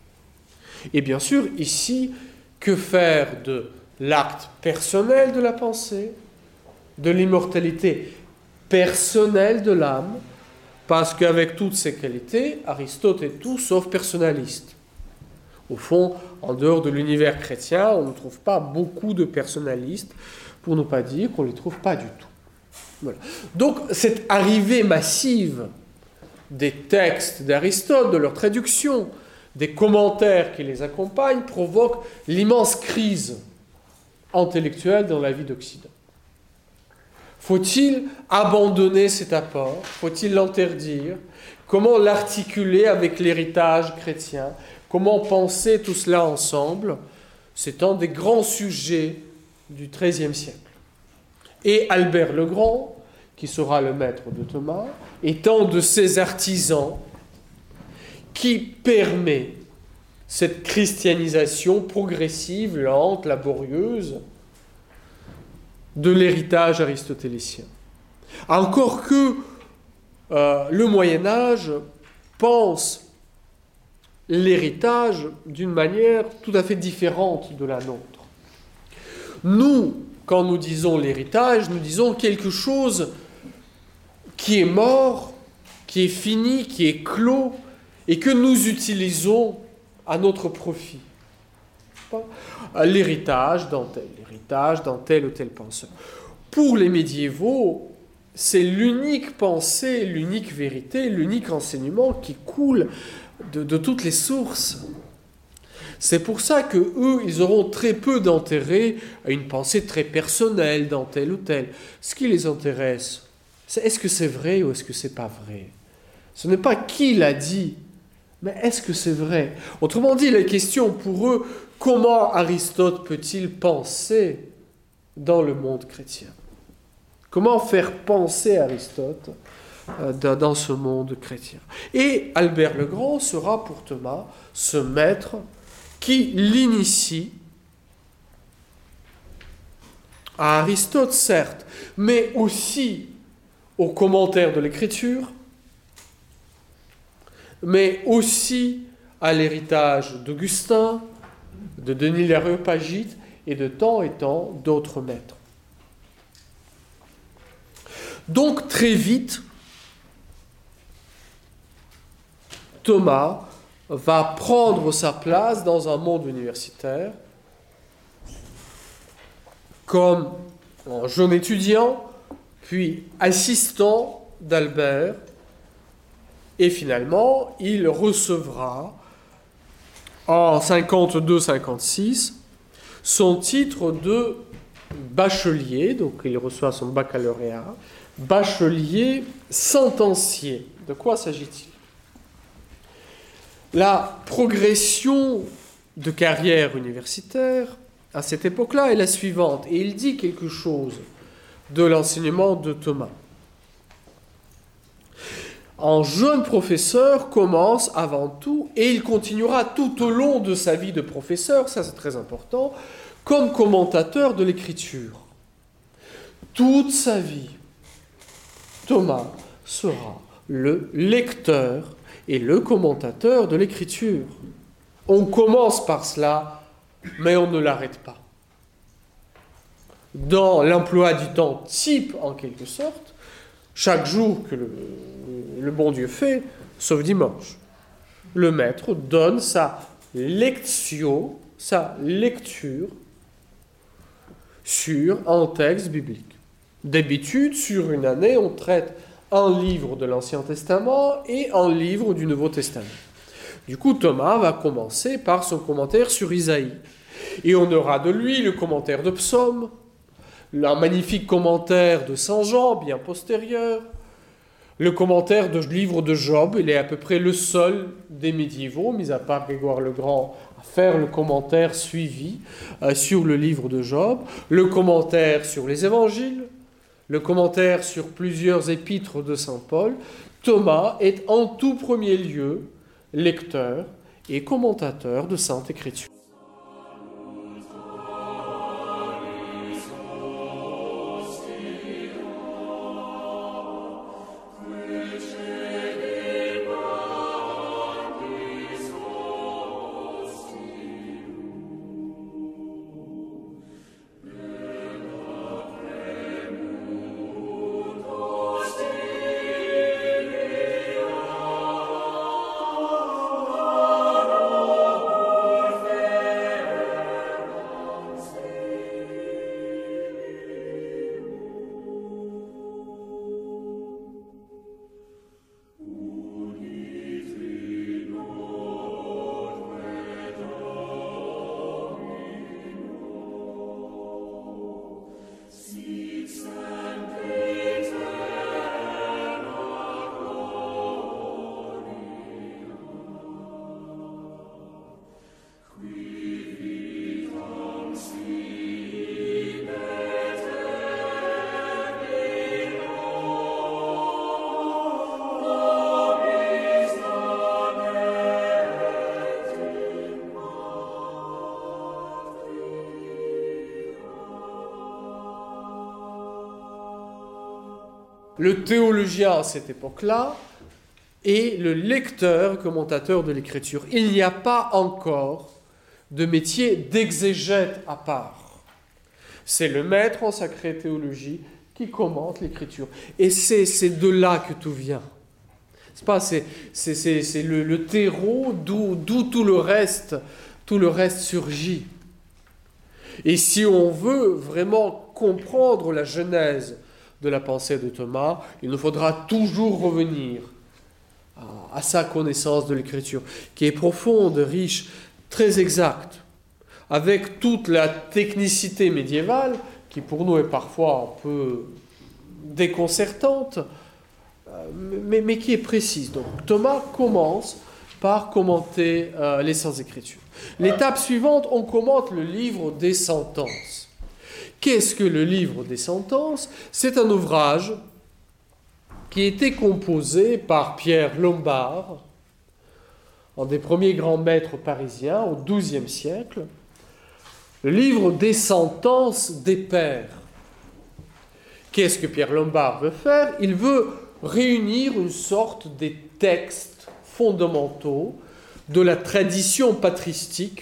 Et bien sûr, ici, que faire de l'acte personnel de la pensée, de l'immortalité personnelle de l'âme, parce qu'avec toutes ces qualités, Aristote est tout sauf personnaliste. Au fond, en dehors de l'univers chrétien, on ne trouve pas beaucoup de personnalistes, pour ne pas dire qu'on ne les trouve pas du tout. Voilà. Donc, cette arrivée massive des textes d'Aristote, de leur traduction, des commentaires qui les accompagnent, provoque l'immense crise intellectuelle dans la vie d'Occident. Faut-il abandonner cet apport? Faut-il l'interdire? Comment l'articuler avec l'héritage chrétien? Comment penser tout cela ensemble? C'est un des grands sujets du treizième siècle. Et Albert le Grand, qui sera le maître de Thomas, est un de ces artisans qui permet cette christianisation progressive, lente, laborieuse, de l'héritage aristotélicien. Encore que euh, le Moyen-Âge pense l'héritage d'une manière tout à fait différente de la nôtre. Nous, quand nous disons l'héritage, nous disons quelque chose qui est mort, qui est fini, qui est clos, et que nous utilisons à notre profit. L'héritage dans tel, l'héritage dans tel ou tel penseur. Pour les médiévaux, c'est l'unique pensée, l'unique vérité, l'unique enseignement qui coule de, de toutes les sources. C'est pour ça que eux, ils auront très peu d'intérêt à une pensée très personnelle dans tel ou tel. Ce qui les intéresse, c'est est-ce que c'est vrai ou est-ce que c'est pas vrai? Ce n'est pas qui l'a dit, mais est-ce que c'est vrai? Autrement dit, la question pour eux, comment Aristote peut-il penser dans le monde chrétien? Comment faire penser Aristote euh, dans ce monde chrétien? Et Albert le Grand sera pour Thomas ce maître qui l'initie à Aristote, certes, mais aussi aux commentaires de l'Écriture, mais aussi à l'héritage d'Augustin, de Denis l'Aréopagite et de tant et tant d'autres maîtres. Donc très vite, Thomas va prendre sa place dans un monde universitaire comme un jeune étudiant, puis assistant d'Albert, et finalement, il recevra en cinquante-deux cinquante-six son titre de bachelier, donc il reçoit son baccalauréat, bachelier sentencier. De quoi s'agit-il? La progression de carrière universitaire à cette époque-là est la suivante, et il dit quelque chose de l'enseignement de Thomas. Un jeune professeur commence avant tout, et il continuera tout au long de sa vie de professeur, ça c'est très important, comme commentateur de l'Écriture. Toute sa vie, Thomas sera le lecteur et le commentateur de l'Écriture. On commence par cela, mais on ne l'arrête pas. Dans l'emploi du temps type, en quelque sorte, chaque jour que le, le bon Dieu fait, sauf dimanche, le maître donne sa lectio, sa lecture sur un texte biblique. D'habitude, sur une année, on traite un livre de l'Ancien Testament et un livre du Nouveau Testament. Du coup, Thomas va commencer par son commentaire sur Isaïe. Et on aura de lui le commentaire de Psaume, un magnifique commentaire de Saint Jean, bien postérieur, le commentaire du livre de Job. Il est à peu près le seul des médiévaux, mis à part Grégoire le Grand, à faire le commentaire suivi euh, sur le livre de Job, le commentaire sur les évangiles, le commentaire sur plusieurs épîtres de Saint Paul. Thomas est en tout premier lieu lecteur et commentateur de Sainte Écriture. Le théologien à cette époque-là est le lecteur, commentateur de l'Écriture. Il n'y a pas encore de métier d'exégète à part. C'est le maître en sacrée théologie qui commente l'Écriture. Et c'est, c'est de là que tout vient. C'est, pas, c'est, c'est, c'est, c'est le, le terreau d'où, d'où tout le reste, tout le reste surgit. Et si on veut vraiment comprendre la genèse de la pensée de Thomas, il nous faudra toujours revenir à, à sa connaissance de l'Écriture, qui est profonde, riche, très exacte, avec toute la technicité médiévale, qui pour nous est parfois un peu déconcertante, mais, mais qui est précise. Donc Thomas commence par commenter euh, les Saintes Écritures. L'étape suivante, on commente le livre des sentences. Qu'est-ce que le livre des sentences ? C'est un ouvrage qui a été composé par Pierre Lombard, un des premiers grands maîtres parisiens au douzième siècle, le livre des sentences des pères. Qu'est-ce que Pierre Lombard veut faire ? Il veut réunir une sorte des textes fondamentaux de la tradition patristique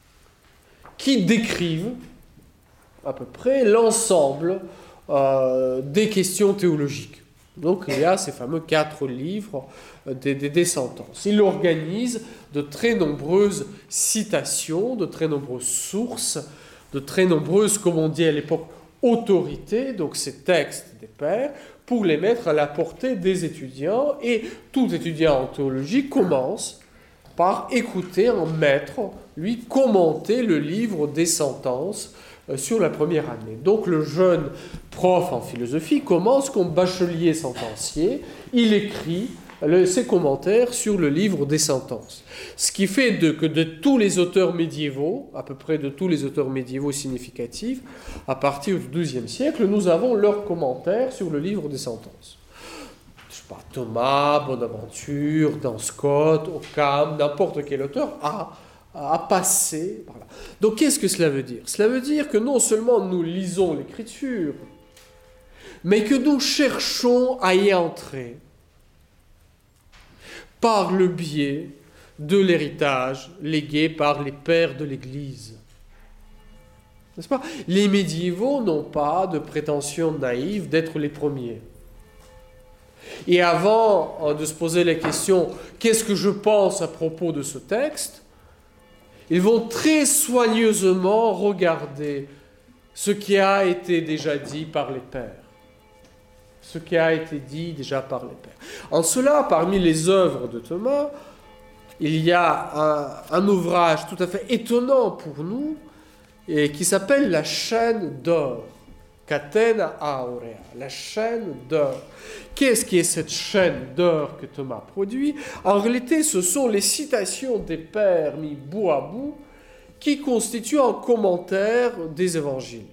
qui décrivent à peu près l'ensemble euh, des questions théologiques. Donc il y a ces fameux quatre livres euh, des, des, des sentences. Il organise de très nombreuses citations, de très nombreuses sources, de très nombreuses, comme on dit à l'époque, autorités, donc ces textes des pères, pour les mettre à la portée des étudiants. Et tout étudiant en théologie commence par écouter un maître, lui, commenter le livre des sentences sur la première année. Donc le jeune prof en philosophie commence comme bachelier sentencier, il écrit le, ses commentaires sur le livre des sentences. Ce qui fait de, que de tous les auteurs médiévaux, à peu près de tous les auteurs médiévaux significatifs, à partir du douzième siècle, nous avons leurs commentaires sur le livre des sentences. Je sais pas, Thomas, Bonaventure, Dan Scott, Occam, n'importe quel auteur a à passer par là. Donc qu'est-ce que cela veut dire ? Cela veut dire que non seulement nous lisons l'Écriture, mais que nous cherchons à y entrer par le biais de l'héritage légué par les pères de l'Église. N'est-ce pas ? Les médiévaux n'ont pas de prétention naïve d'être les premiers. Et avant de se poser la question « qu'est-ce que je pense à propos de ce texte ?», ils vont très soigneusement regarder ce qui a été déjà dit par les pères. Ce qui a été dit déjà par les pères. En cela, parmi les œuvres de Thomas, il y a un, un ouvrage tout à fait étonnant pour nous, et qui s'appelle la chaîne d'or. Catena aurea, la chaîne d'or. Qu'est-ce qui est cette chaîne d'or que Thomas produit? En réalité, ce sont les citations des pères mis bout à bout qui constituent un commentaire des évangiles.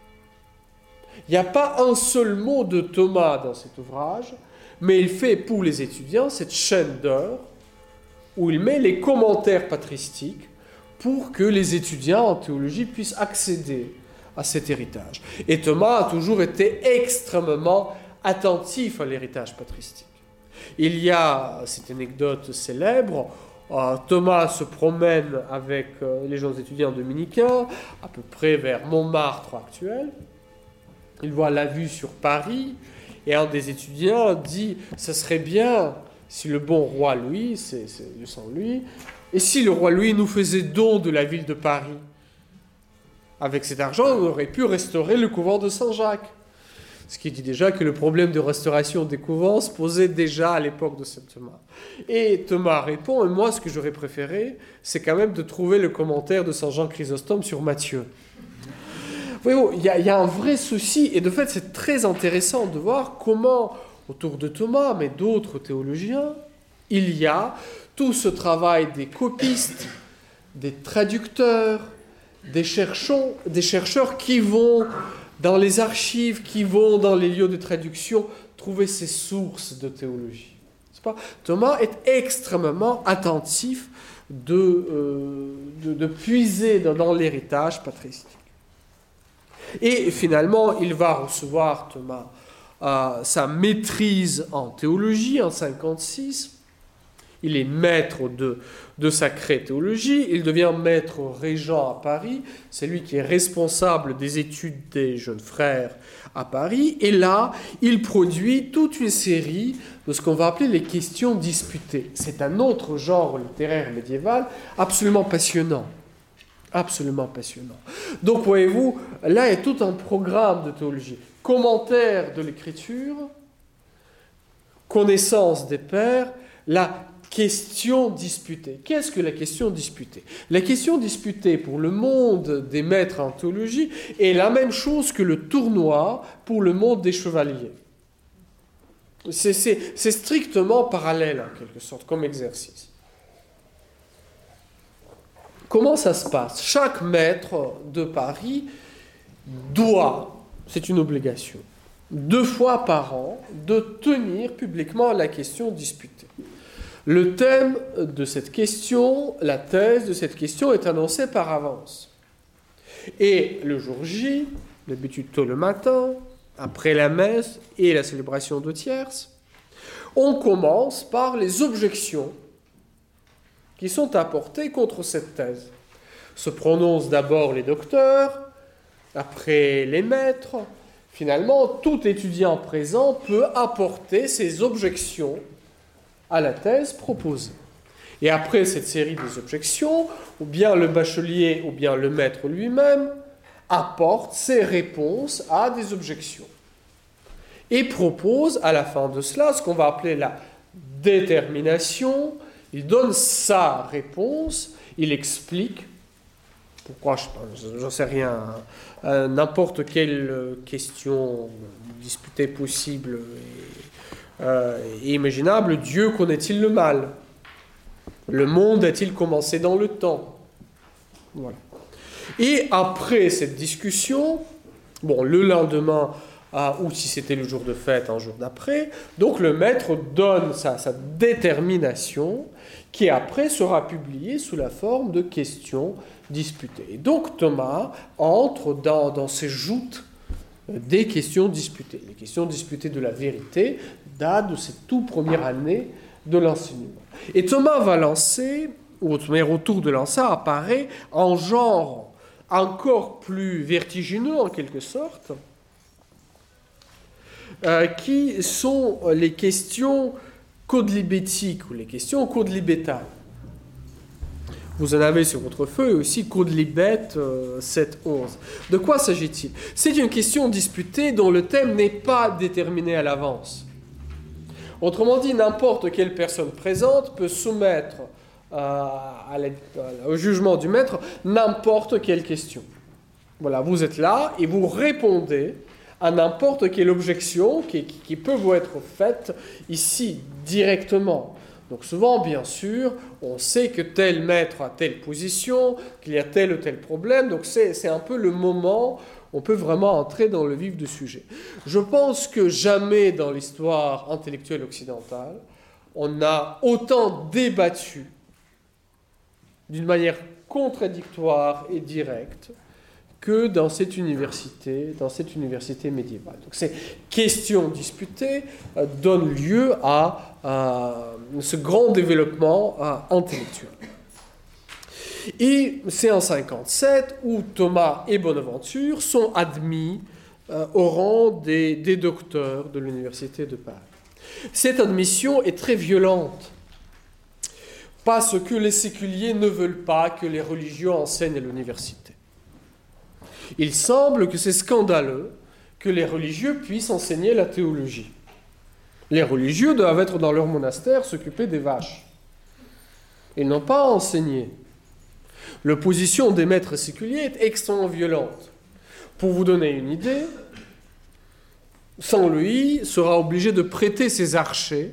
Il n'y a pas un seul mot de Thomas dans cet ouvrage, mais il fait pour les étudiants cette chaîne d'or où il met les commentaires patristiques pour que les étudiants en théologie puissent accéder à cet héritage. Et Thomas a toujours été extrêmement attentif à l'héritage patristique. Il y a cette anecdote célèbre, euh, Thomas se promène avec euh, les jeunes étudiants dominicains, à peu près vers Montmartre actuel. Il voit la vue sur Paris, et un des étudiants dit « Ce serait bien si le bon roi Louis, c'est, c'est le sang Louis, et si le roi Louis nous faisait don de la ville de Paris, avec cet argent, on aurait pu restaurer le couvent de Saint-Jacques. » Ce qui dit déjà que le problème de restauration des couvents se posait déjà à l'époque de saint Thomas. Et Thomas répond, et moi ce que j'aurais préféré, c'est quand même de trouver le commentaire de saint Jean Chrysostome sur Matthieu. Voyez-vous, il y, y a un vrai souci, et de fait c'est très intéressant de voir comment, autour de Thomas, mais d'autres théologiens, il y a tout ce travail des copistes, des traducteurs, des chercheurs, des chercheurs qui vont dans les archives, qui vont dans les lieux de traduction trouver ces sources de théologie. C'est pas Thomas est extrêmement attentif de, euh, de, de puiser dans, dans l'héritage patristique. Et finalement, il va recevoir, Thomas, euh, sa maîtrise en théologie en cinquante-six. Il est maître de, de sacrée théologie, il devient maître régent à Paris, c'est lui qui est responsable des études des jeunes frères à Paris, et là, il produit toute une série de ce qu'on va appeler les questions disputées. C'est un autre genre littéraire médiéval absolument passionnant. Absolument passionnant. Donc, voyez-vous, là est tout un programme de théologie. Commentaire de l'écriture, connaissance des pères, la question disputée. Qu'est-ce que la question disputée? La question disputée pour le monde des maîtres en théologie est la même chose que le tournoi pour le monde des chevaliers. C'est, c'est, c'est strictement parallèle, en quelque sorte, comme exercice. Comment ça se passe? Chaque maître de Paris doit, c'est une obligation, deux fois par an, de tenir publiquement la question disputée. Le thème de cette question, la thèse de cette question est annoncée par avance. Et le jour J, d'habitude tôt le matin, après la messe et la célébration de tierces, on commence par les objections qui sont apportées contre cette thèse. Se prononcent d'abord les docteurs, après les maîtres. Finalement, tout étudiant présent peut apporter ses objections à la thèse proposée. Et après cette série des objections, ou bien le bachelier, ou bien le maître lui-même, apporte ses réponses à des objections. Et propose à la fin de cela ce qu'on va appeler la détermination. Il donne sa réponse, il explique pourquoi, je n'en sais rien, euh, n'importe quelle question disputée possible et, euh, et imaginable, Dieu connaît-il le mal? Le monde a-t-il commencé dans le temps? Voilà. Et après cette discussion, bon, le lendemain, ah, ou si c'était le jour de fête, un jour d'après, donc le maître donne sa, sa détermination qui après sera publiée sous la forme de questions disputées. Et donc Thomas entre dans, dans ces joutes des questions disputées. Les questions disputées de la vérité datent de cette toute première année de l'enseignement. Et Thomas va lancer, ou autour de lancer apparaît un genre encore plus vertigineux en quelque sorte, Euh, qui sont les questions quodlibétiques ou les questions quodlibétales. Vous en avez sur votre feuille aussi quodlibet euh, sept onze. De quoi s'agit-il? C'est une question disputée dont le thème n'est pas déterminé à l'avance. Autrement dit, n'importe quelle personne présente peut soumettre euh, à la, au jugement du maître n'importe quelle question. Voilà, vous êtes là et vous répondez à n'importe quelle objection qui, qui, qui peut vous être faite ici, directement. Donc souvent, bien sûr, on sait que tel maître a telle position, qu'il y a tel ou tel problème, donc c'est, c'est un peu le moment où on peut vraiment entrer dans le vif du sujet. Je pense que jamais dans l'histoire intellectuelle occidentale, on a autant débattu d'une manière contradictoire et directe que dans cette université, dans cette université médiévale. Donc ces questions disputées euh, donnent lieu à, à ce grand développement euh, intellectuel. Et c'est en cinquante-sept où Thomas et Bonaventure sont admis euh, au rang des, des docteurs de l'université de Paris. Cette admission est très violente, parce que les séculiers ne veulent pas que les religieux enseignent à l'université. Il semble que c'est scandaleux que les religieux puissent enseigner la théologie. Les religieux doivent être dans leur monastère, s'occuper des vaches. Ils n'ont pas à enseigner. L'opposition des maîtres séculiers est extrêmement violente. Pour vous donner une idée, Saint Louis sera obligé de prêter ses archers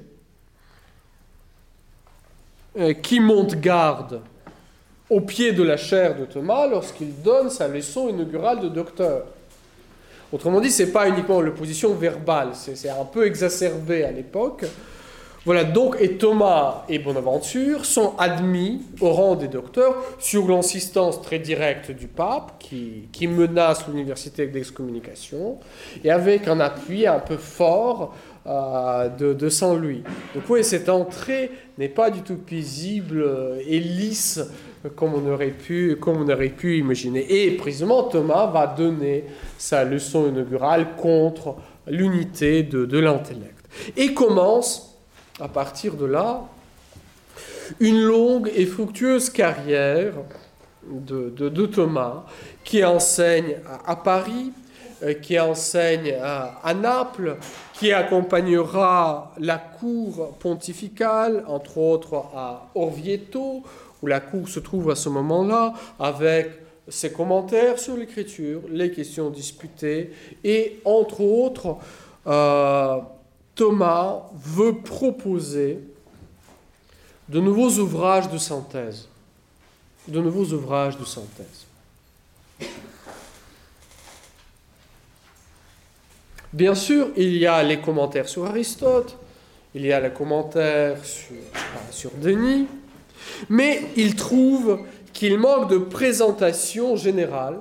qui montent garde au pied de la chaire de Thomas lorsqu'il donne sa leçon inaugurale de docteur. Autrement dit, ce n'est pas uniquement l'opposition verbale, c'est, c'est un peu exacerbé à l'époque. Voilà, donc, et Thomas et Bonaventure sont admis au rang des docteurs sur l'insistance très directe du pape qui, qui menace l'université avec d'excommunication et avec un appui un peu fort euh, de, de Saint Louis. Donc, oui, cette entrée n'est pas du tout paisible et lisse comme on aurait pu, comme on aurait pu imaginer. Et précisément, Thomas va donner sa leçon inaugurale contre l'unité de, de l'intellect. Et commence, à partir de là, une longue et fructueuse carrière de, de, de Thomas, qui enseigne à, à Paris, euh, qui enseigne à, à Naples, qui accompagnera la cour pontificale, entre autres à Orvieto, où la cour se trouve à ce moment-là, avec ses commentaires sur l'écriture, les questions disputées, et entre autres, euh, Thomas veut proposer de nouveaux ouvrages de synthèse. De nouveaux ouvrages de synthèse. Bien sûr, il y a les commentaires sur Aristote, il y a les commentaires sur, sur Denis, mais il trouve qu'il manque de présentation générale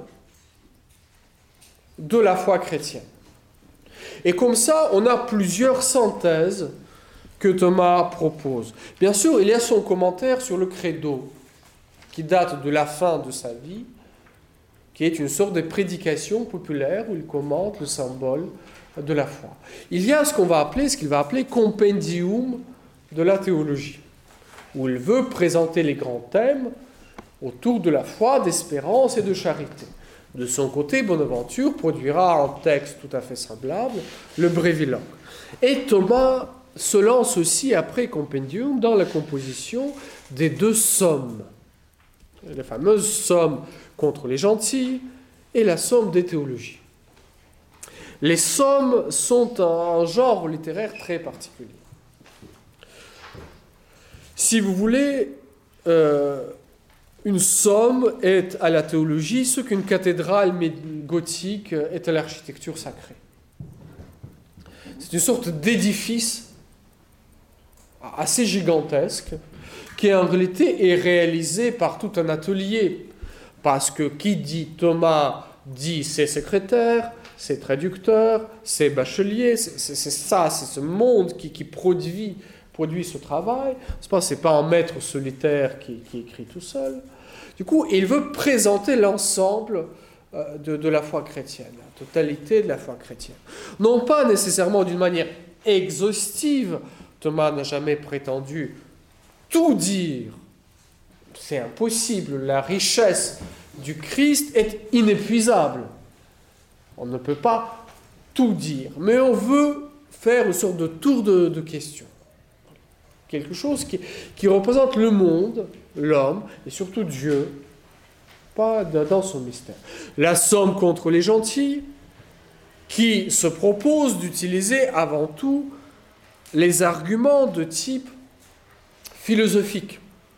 de la foi chrétienne. Et comme ça, on a plusieurs synthèses que Thomas propose. Bien sûr, il y a son commentaire sur le credo, qui date de la fin de sa vie, qui est une sorte de prédication populaire où il commente le symbole de la foi. Il y a ce qu'on va appeler, ce qu'il va appeler compendium de la théologie, où il veut présenter les grands thèmes autour de la foi, d'espérance et de charité. De son côté, Bonaventure produira un texte tout à fait semblable, le Bréviloque. Et Thomas se lance aussi, après Compendium, dans la composition des deux sommes. Les fameuses sommes contre les gentils et la somme des théologies. Les sommes sont un genre littéraire très particulier. Si vous voulez, euh, une somme est à la théologie ce qu'une cathédrale gothique est à l'architecture sacrée. C'est une sorte d'édifice assez gigantesque qui en réalité est réalisé par tout un atelier. Parce que qui dit Thomas dit ses secrétaires, ses traducteurs, ses bacheliers, c'est, c'est, c'est ça, c'est ce monde qui, qui produit, produit ce travail. C'est pas, c'est pas un maître solitaire qui, qui écrit tout seul. Du coup, il veut présenter l'ensemble euh, de, de la foi chrétienne, la totalité de la foi chrétienne. Non pas nécessairement d'une manière exhaustive. Thomas n'a jamais prétendu tout dire. C'est impossible. La richesse du Christ est inépuisable. On ne peut pas tout dire, mais on veut faire une sorte de tour de, de questions. Quelque chose qui, qui représente le monde, l'homme, et surtout Dieu, pas dans son mystère. La somme contre les gentils, qui se propose d'utiliser avant tout les arguments de type philosophique,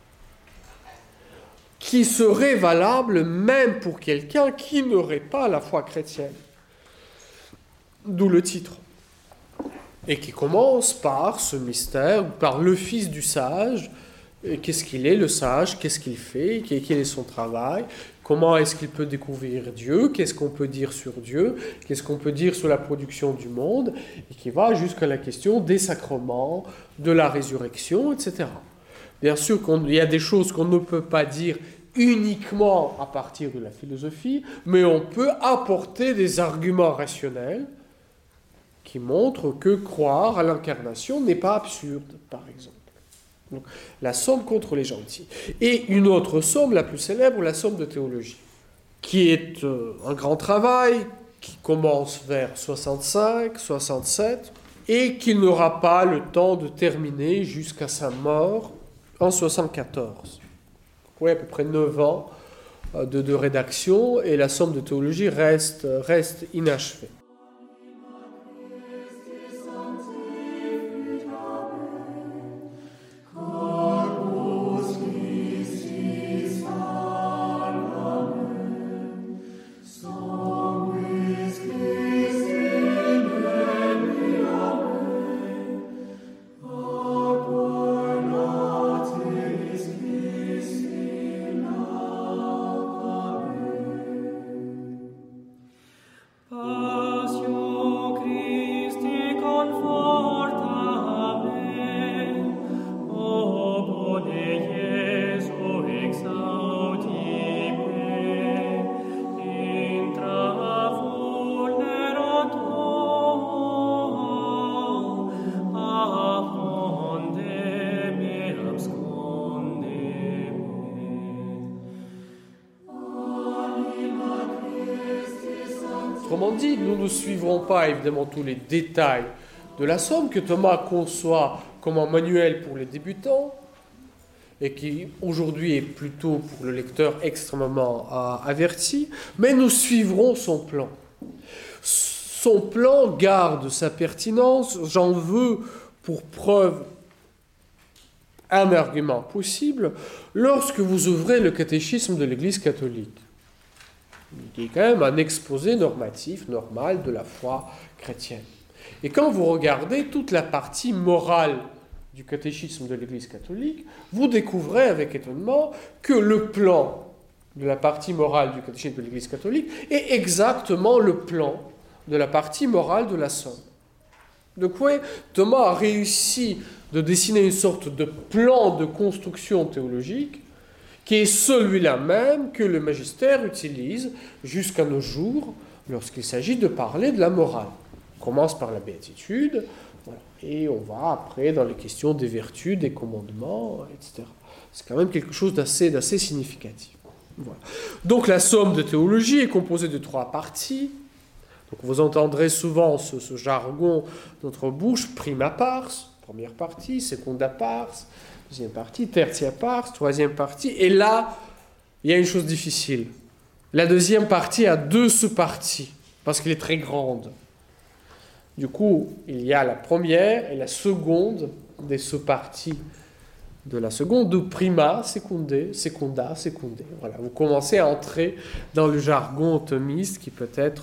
qui seraient valables même pour quelqu'un qui n'aurait pas la foi chrétienne. D'où le titre. Et qui commence par ce mystère, par le fils du sage. Qu'est-ce qu'il est, le sage? Qu'est-ce qu'il fait? Quel est son travail? Comment est-ce qu'il peut découvrir Dieu? Qu'est-ce qu'on peut dire sur Dieu? Qu'est-ce qu'on peut dire sur la production du monde? Et qui va jusqu'à la question des sacrements, de la résurrection, et cetera. Bien sûr qu'il y a des choses qu'on ne peut pas dire uniquement à partir de la philosophie, mais on peut apporter des arguments rationnels qui montrent que croire à l'incarnation n'est pas absurde, par exemple. Donc, la somme contre les gentils. Et une autre somme, la plus célèbre, la somme de théologie, qui est euh, un grand travail qui commence vers soixante-cinq, soixante-sept, et qui n'aura pas le temps de terminer jusqu'à sa mort en soixante-quatorze. Oui, à peu près neuf ans euh, de, de rédaction, et la somme de théologie reste, reste inachevée. Autrement dit, nous ne suivrons pas évidemment tous les détails de la somme que Thomas conçoit comme un manuel pour les débutants et qui aujourd'hui est plutôt pour le lecteur extrêmement euh, averti, mais nous suivrons son plan. Son plan garde sa pertinence, j'en veux pour preuve un argument possible lorsque vous ouvrez le catéchisme de l'Église catholique, qui est quand même un exposé normatif, normal de la foi chrétienne. Et quand vous regardez toute la partie morale du catéchisme de l'Église catholique, vous découvrez avec étonnement que le plan de la partie morale du catéchisme de l'Église catholique est exactement le plan de la partie morale de la somme. Donc oui, Thomas a réussi de dessiner une sorte de plan de construction théologique qui est celui-là même que le magistère utilise jusqu'à nos jours lorsqu'il s'agit de parler de la morale. On commence par la béatitude, voilà, et on va après dans les questions des vertus, des commandements, et cetera. C'est quand même quelque chose d'assez, d'assez significatif. Voilà. Donc la somme de théologie est composée de trois parties. Donc vous entendrez souvent ce, ce jargon dans notre bouche, prima pars, première partie, seconda pars, deuxième partie, tertia pars, troisième partie. Et là, il y a une chose difficile. La deuxième partie a deux sous-parties, parce qu'elle est très grande. Du coup, il y a la première et la seconde des sous-parties de la seconde, de prima, secundé, secunda, secundé. Voilà, vous commencez à entrer dans le jargon thomiste qui peut-être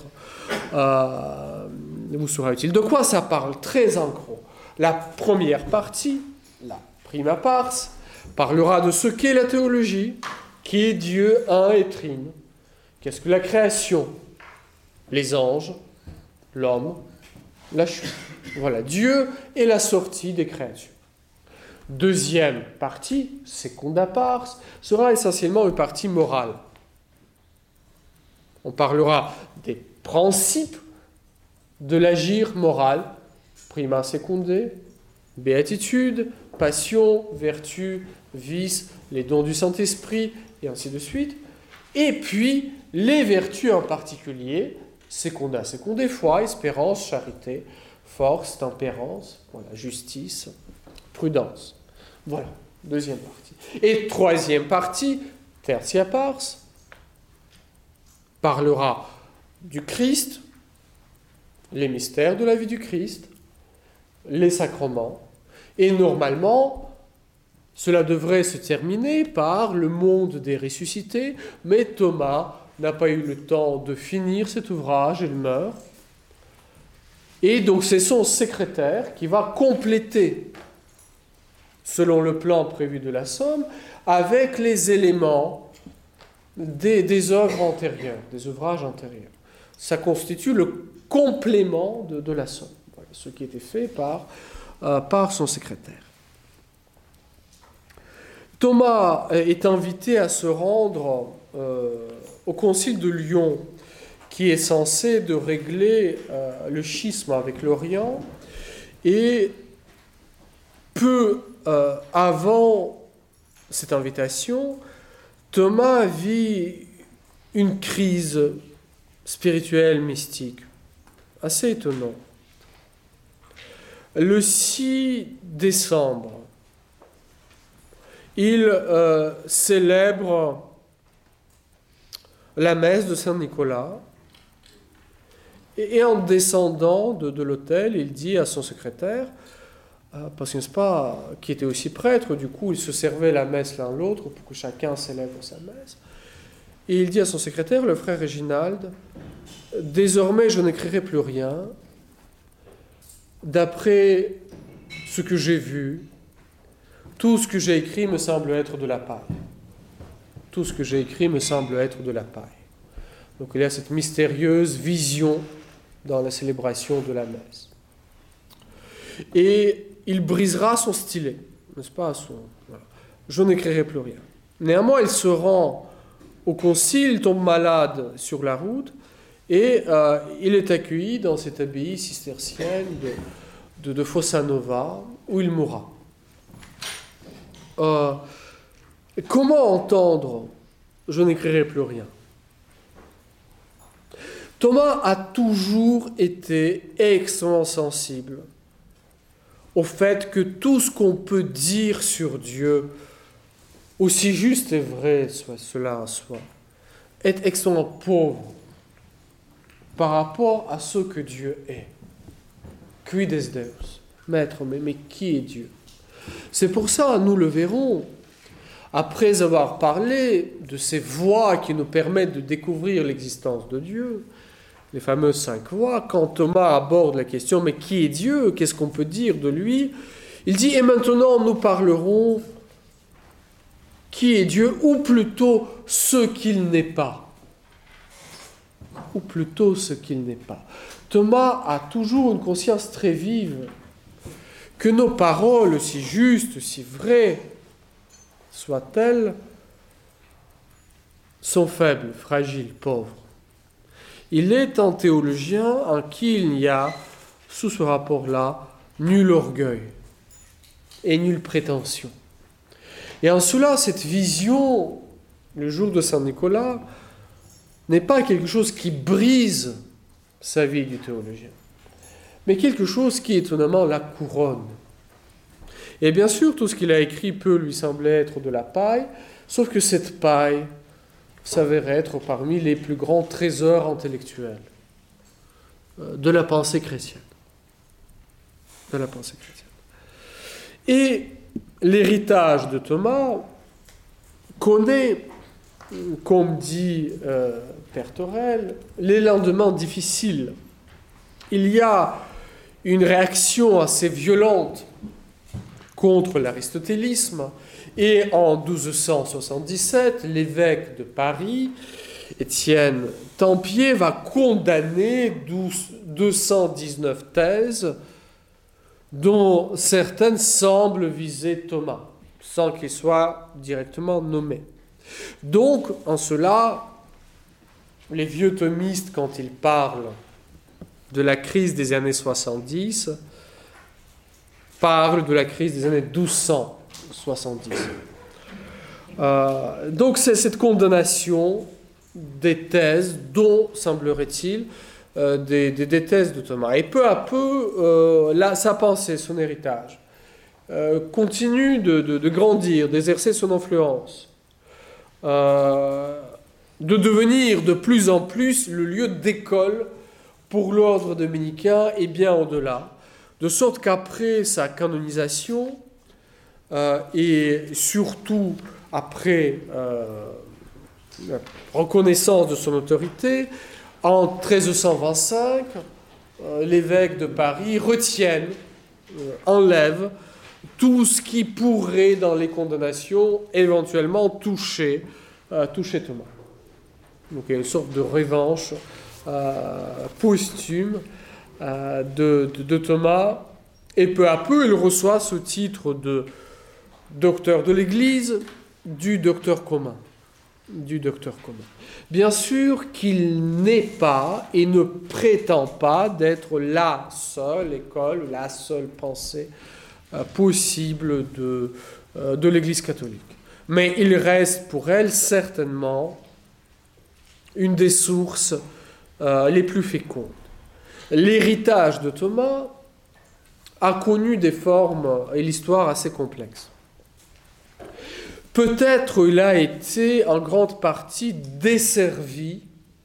euh, vous sera utile. De quoi ça parle? Très en gros. La première partie, la prima pars, parlera de ce qu'est la théologie, qui est Dieu un et trine. Qu'est-ce que la création? Les anges, l'homme, la chute. Voilà, Dieu est la sortie des créatures. Deuxième partie, secunda pars, sera essentiellement une partie morale. On parlera des principes de l'agir moral, prima secundé, béatitude, passion, vertu, vice, les dons du Saint-Esprit, et ainsi de suite. Et puis, les vertus en particulier, secunda secundé, foi, espérance, charité, force, tempérance, voilà, justice, prudence. Voilà, deuxième partie. Et troisième partie, tertia pars, parlera du Christ, les mystères de la vie du Christ, les sacrements, et normalement, cela devrait se terminer par le monde des ressuscités, mais Thomas n'a pas eu le temps de finir cet ouvrage, il meurt. Et donc c'est son secrétaire qui va compléter, selon le plan prévu de la somme, avec les éléments des, des œuvres antérieures, des ouvrages antérieurs. Ça constitue le complément de, de la somme, voilà, ce qui était fait par, euh, par son secrétaire. Thomas est invité à se rendre euh, au concile de Lyon, qui est censé de régler euh, le schisme avec l'Orient, et peu euh, avant cette invitation, Thomas vit une crise spirituelle, mystique, assez étonnante. Le six décembre, il euh, célèbre la messe de Saint-Nicolas, et, et en descendant de, de l'autel, il dit à son secrétaire, euh, parce que n'est-ce pas, qui était aussi prêtre, du coup il se servait la messe l'un l'autre pour que chacun célèbre sa messe, et il dit à son secrétaire, le frère Réginald, « Désormais je n'écrirai plus rien, d'après ce que j'ai vu, tout ce que j'ai écrit me semble être de la paille. Tout ce que j'ai écrit me semble être de la paille. » Donc il y a cette mystérieuse vision dans la célébration de la messe. Et il brisera son stylet, n'est-ce pas, son, voilà. Je n'écrirai plus rien. Néanmoins, il se rend au concile, tombe malade sur la route, et euh, il est accueilli dans cette abbaye cistercienne de, de, de Fossanova, où il mourra. Euh, comment entendre « je n'écrirai plus rien » ? Thomas a toujours été extrêmement sensible au fait que tout ce qu'on peut dire sur Dieu, aussi juste et vrai soit cela en soi, est extrêmement pauvre par rapport à ce que Dieu est. Quid est Deus? Maître, mais, mais qui est Dieu? C'est pour ça, nous le verrons, après avoir parlé de ces voies qui nous permettent de découvrir l'existence de Dieu, les fameuses cinq voies, quand Thomas aborde la question « mais qui est Dieu? Qu'est-ce qu'on peut dire de lui ?» Il dit « et maintenant nous parlerons qui est Dieu, ou plutôt ce qu'il n'est pas. » Ou plutôt ce qu'il n'est pas. Thomas a toujours une conscience très vive que nos paroles, si justes, si vraies soient-elles, sont faibles, fragiles, pauvres. Il est un théologien en qui il n'y a, sous ce rapport-là, nul orgueil et nulle prétention. Et en cela, cette vision, le jour de Saint-Nicolas, n'est pas quelque chose qui brise sa vie du théologien, mais quelque chose qui, étonnamment, la couronne. Et bien sûr, tout ce qu'il a écrit peut lui sembler être de la paille, sauf que cette paille s'avère être parmi les plus grands trésors intellectuels de la pensée chrétienne. De la pensée chrétienne. Et l'héritage de Thomas connaît, comme dit euh, Père Torel, les lendemains difficiles. Il y a une réaction assez violente contre l'aristotélisme, et en douze cent soixante-dix-sept, l'évêque de Paris, Étienne Tempier, va condamner deux cent dix-neuf thèses dont certaines semblent viser Thomas, sans qu'il soit directement nommé. Donc, en cela, les vieux thomistes, quand ils parlent de la crise des années soixante-dix, parlent de la crise des années douze cent soixante-dix. Euh, donc, c'est cette condamnation des thèses dont, semblerait-il, euh, des, des, des thèses de Thomas. Et peu à peu, euh, là, sa pensée, son héritage, euh, continue de, de, de grandir, d'exercer son influence. Euh, de devenir de plus en plus le lieu d'école pour l'ordre dominicain et bien au-delà, de sorte qu'après sa canonisation, euh, et surtout après euh, la reconnaissance de son autorité, en treize cent vingt-cinq, euh, l'évêque de Paris retienne, euh, enlève tout ce qui pourrait, dans les condamnations, éventuellement toucher, euh, toucher Thomas. Donc il y a une sorte de revanche euh, posthume euh, de, de, de Thomas, et peu à peu il reçoit ce titre de docteur de l'Église, du docteur commun. Du docteur commun. Bien sûr qu'il n'est pas et ne prétend pas d'être la seule école, la seule pensée euh, possible de, euh, de l'Église catholique. Mais il reste pour elle certainement une des sources euh, les plus fécondes. L'héritage de Thomas a connu des formes et l'histoire assez complexes. Peut-être il a été en grande partie desservi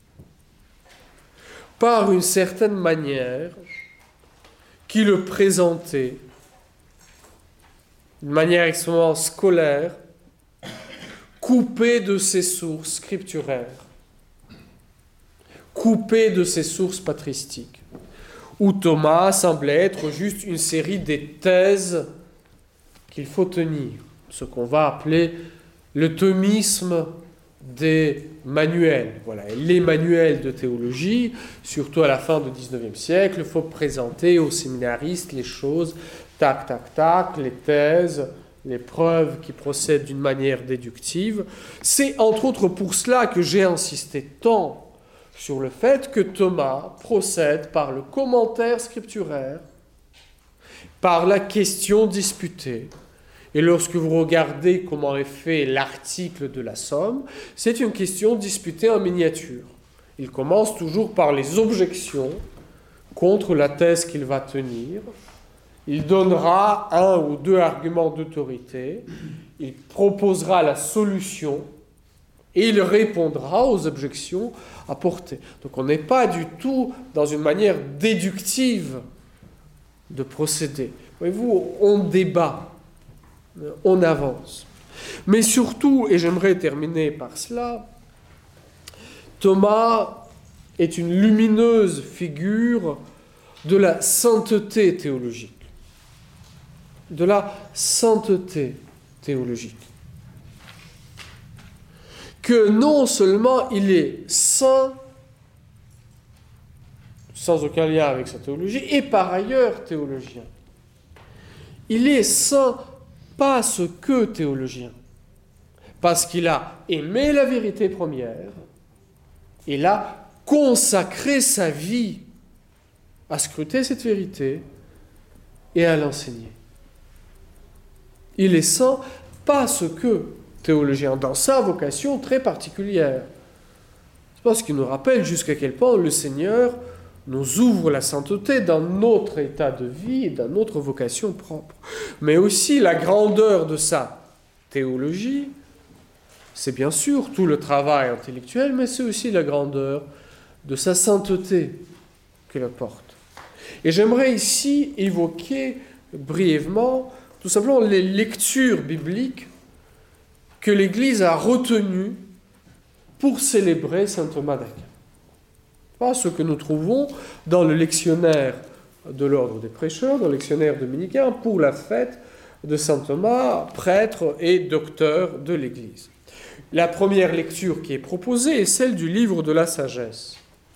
par une certaine manière qui le présentait, d'une manière extrêmement scolaire, coupé de ses sources scripturaires, coupé de ses sources patristiques, où Thomas semblait être juste une série des thèses qu'il faut tenir, ce qu'on va appeler le thomisme des manuels. Voilà, les manuels de théologie, surtout à la fin du dix-neuvième siècle, il faut présenter aux séminaristes les choses, tac, tac, tac, les thèses, les preuves qui procèdent d'une manière déductive. C'est entre autres pour cela que j'ai insisté tant sur le fait que Thomas procède par le commentaire scripturaire, par la question disputée. Et lorsque vous regardez comment est fait l'article de la Somme, c'est une question disputée en miniature. Il commence toujours par les objections contre la thèse qu'il va tenir. Il donnera un ou deux arguments d'autorité. Il proposera la solution et il répondra aux objections apportées. Donc on n'est pas du tout dans une manière déductive de procéder. Voyez-vous, on débat. On avance. Mais surtout, et j'aimerais terminer par cela, Thomas est une lumineuse figure de la sainteté théologique. De la sainteté théologique. Que non seulement il est saint, sans aucun lien avec sa théologie, et par ailleurs théologien. Il est saint parce que théologien, parce qu'il a aimé la vérité première, il a consacré sa vie à scruter cette vérité et à l'enseigner. Il est saint parce que théologien, dans sa vocation très particulière. C'est parce qu'il nous rappelle jusqu'à quel point le Seigneur nous ouvre la sainteté dans notre état de vie et dans notre vocation propre. Mais aussi la grandeur de sa théologie, c'est bien sûr tout le travail intellectuel, mais c'est aussi la grandeur de sa sainteté qu'elle apporte. Et j'aimerais ici évoquer brièvement, tout simplement, les lectures bibliques que l'Église a retenues pour célébrer saint Thomas d'Aquin. Pas ce que nous trouvons dans le lectionnaire de l'ordre des prêcheurs, dans le lectionnaire dominicain, pour la fête de saint Thomas, prêtre et docteur de l'Église. La première lecture qui est proposée est celle du livre de la sagesse.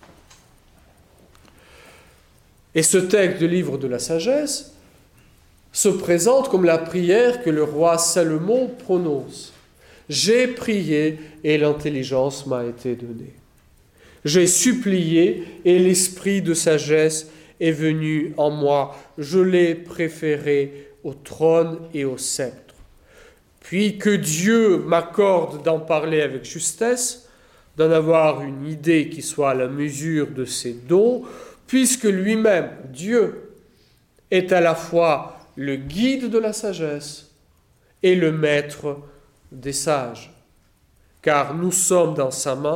Et ce texte du livre de la sagesse se présente comme la prière que le roi Salomon prononce. « J'ai prié et l'intelligence m'a été donnée. J'ai supplié et l'esprit de sagesse est venu en moi. Je l'ai préféré au trône et au sceptre. Puis que Dieu m'accorde d'en parler avec justesse, d'en avoir une idée qui soit à la mesure de ses dons, puisque lui-même, Dieu, est à la fois le guide de la sagesse et le maître des sages. Car nous sommes dans sa main,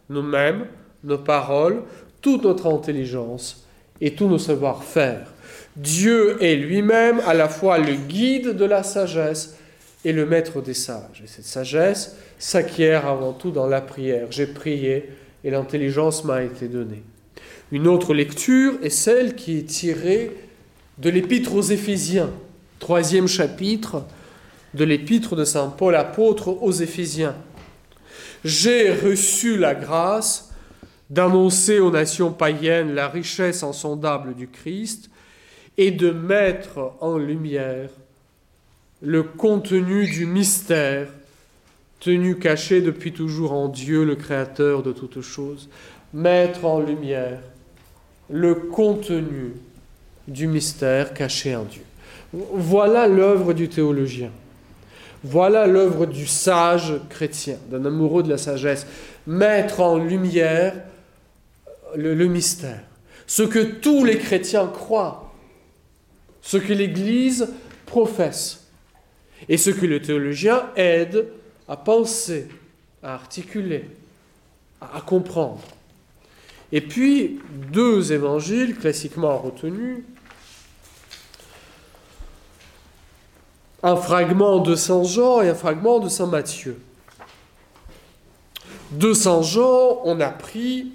nous-mêmes, nos paroles, toute notre intelligence et tous nos savoir-faire. Dieu est lui-même à la fois le guide de la sagesse et le maître des sages. Et cette sagesse s'acquiert avant tout dans la prière. J'ai prié et l'intelligence m'a été donnée. Une autre lecture est celle qui est tirée de l'épître aux Éphésiens, troisième chapitre de l'épître de saint Paul apôtre aux Éphésiens. J'ai reçu la grâce d'annoncer aux nations païennes la richesse insondable du Christ et de mettre en lumière le contenu du mystère tenu caché depuis toujours en Dieu, le Créateur de toutes choses. Mettre en lumière le contenu du mystère caché en Dieu. Voilà l'œuvre du théologien. Voilà l'œuvre du sage chrétien, d'un amoureux de la sagesse. Mettre en lumière le, le mystère. Ce que tous les chrétiens croient, ce que l'Église professe, et ce que le théologien aide à penser, à articuler, à, à comprendre. Et puis, deux évangiles classiquement retenus. Un fragment de saint Jean et un fragment de saint Matthieu. De saint Jean, on a pris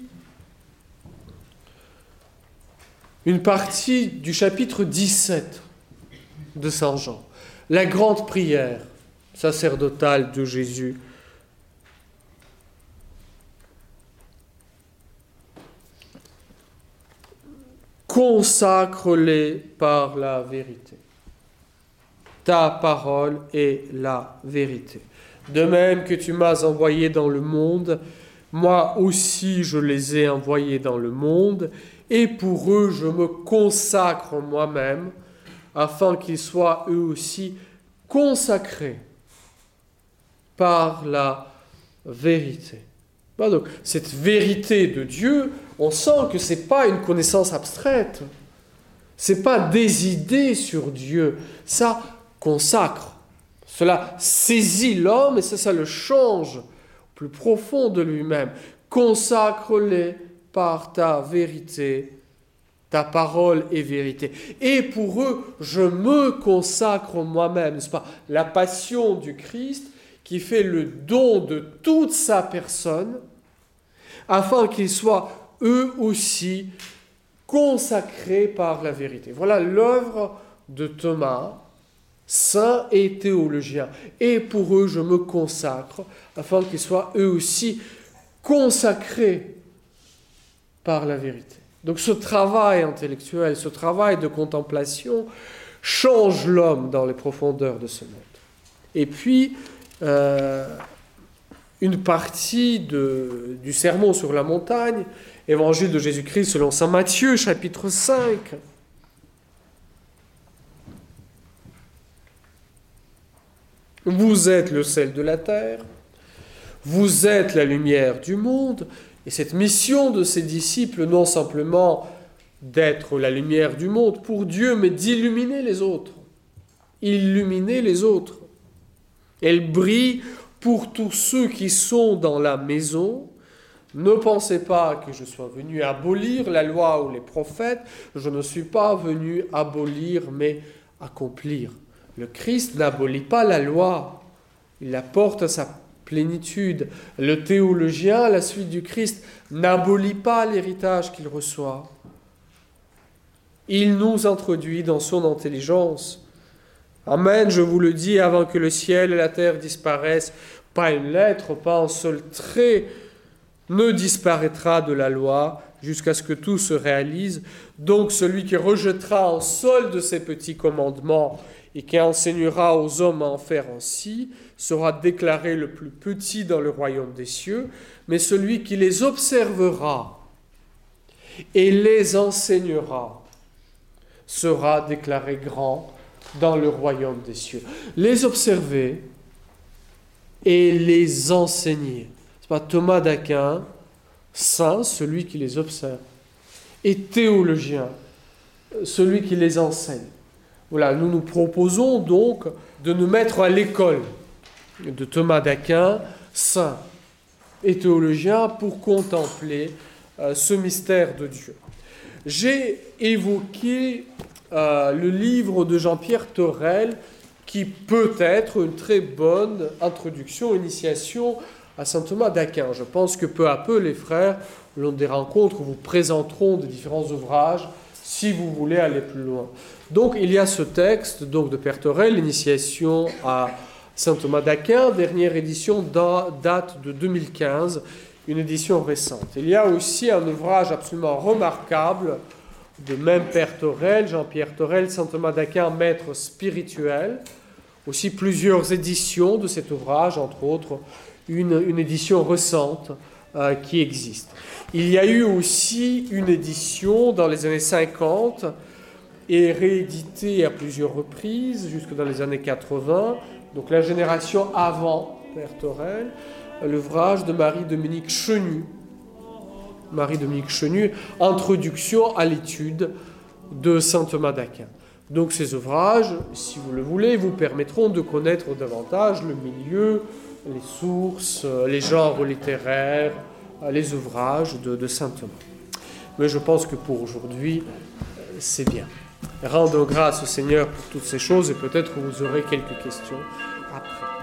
une partie du chapitre dix-sept de saint Jean, la grande prière sacerdotale de Jésus. Consacre-les par la vérité. Ta parole est la vérité. De même que tu m'as envoyé dans le monde, moi aussi je les ai envoyés dans le monde, et pour eux je me consacre moi-même, afin qu'ils soient eux aussi consacrés par la vérité. Bon, donc, cette vérité de Dieu, on sent que ce n'est pas une connaissance abstraite, ce n'est pas des idées sur Dieu, ça consacre, cela saisit l'homme et ça, ça le change au plus profond de lui-même. Consacre-les par ta vérité, ta parole est vérité. Et pour eux, je me consacre moi-même, n'est-ce pas? La passion du Christ qui fait le don de toute sa personne, afin qu'ils soient eux aussi consacrés par la vérité. Voilà l'œuvre de Thomas, saint et théologien. Et pour eux, je me consacre, afin qu'ils soient eux aussi consacrés par la vérité. Donc ce travail intellectuel, ce travail de contemplation change l'homme dans les profondeurs de ce monde. Et puis, euh, une partie de, du sermon sur la montagne, évangile de Jésus-Christ selon saint Matthieu, chapitre cinq. Vous êtes le sel de la terre, vous êtes la lumière du monde, et cette mission de ses disciples, non simplement d'être la lumière du monde pour Dieu, mais d'illuminer les autres. Illuminer les autres. Elle brille pour tous ceux qui sont dans la maison. Ne pensez pas que je sois venu abolir la loi ou les prophètes. Je ne suis pas venu abolir, mais accomplir. Le Christ n'abolit pas la loi. Il la porte à sa plénitude. Le théologien, à la suite du Christ, n'abolit pas l'héritage qu'il reçoit. Il nous introduit dans son intelligence. Amen, je vous le dis, avant que le ciel et la terre disparaissent, pas une lettre, pas un seul trait ne disparaîtra de la loi jusqu'à ce que tout se réalise. Donc celui qui rejettera en solde ces petits commandements et qui enseignera aux hommes à en faire ainsi sera déclaré le plus petit dans le royaume des cieux, mais celui qui les observera et les enseignera sera déclaré grand dans le royaume des cieux. Les observer et les enseigner. C'est pas Thomas d'Aquin, saint, celui qui les observe, et théologien, celui qui les enseigne. Voilà, nous nous proposons donc de nous mettre à l'école de Thomas d'Aquin, saint, et théologien pour contempler euh, ce mystère de Dieu. J'ai évoqué euh, le livre de Jean-Pierre Thorel, qui peut être une très bonne introduction, initiation à saint Thomas d'Aquin. Je pense que peu à peu, les frères, lors des rencontres, vous présenteront des différents ouvrages si vous voulez aller plus loin. Donc, il y a ce texte donc, de Père Thorel, l'initiation à saint Thomas d'Aquin, dernière édition date de deux mille quinze, une édition récente. Il y a aussi un ouvrage absolument remarquable de même Père Thorel, Jean-Pierre Thorel, saint Thomas d'Aquin, maître spirituel. Aussi plusieurs éditions de cet ouvrage, entre autres une, une édition récente euh, qui existe. Il y a eu aussi une édition dans les années cinquante et rééditée à plusieurs reprises jusque dans les années quatre-vingts, donc la génération avant Père Thorel, l'ouvrage de Marie-Dominique Chenu. Marie-Dominique Chenu, Introduction à l'étude de saint Thomas d'Aquin. Donc ces ouvrages, si vous le voulez, vous permettront de connaître davantage le milieu, les sources, les genres littéraires, les ouvrages de, de saint Thomas. Mais je pense que pour aujourd'hui, c'est bien. Rendons grâce au Seigneur pour toutes ces choses et peut-être vous aurez quelques questions après.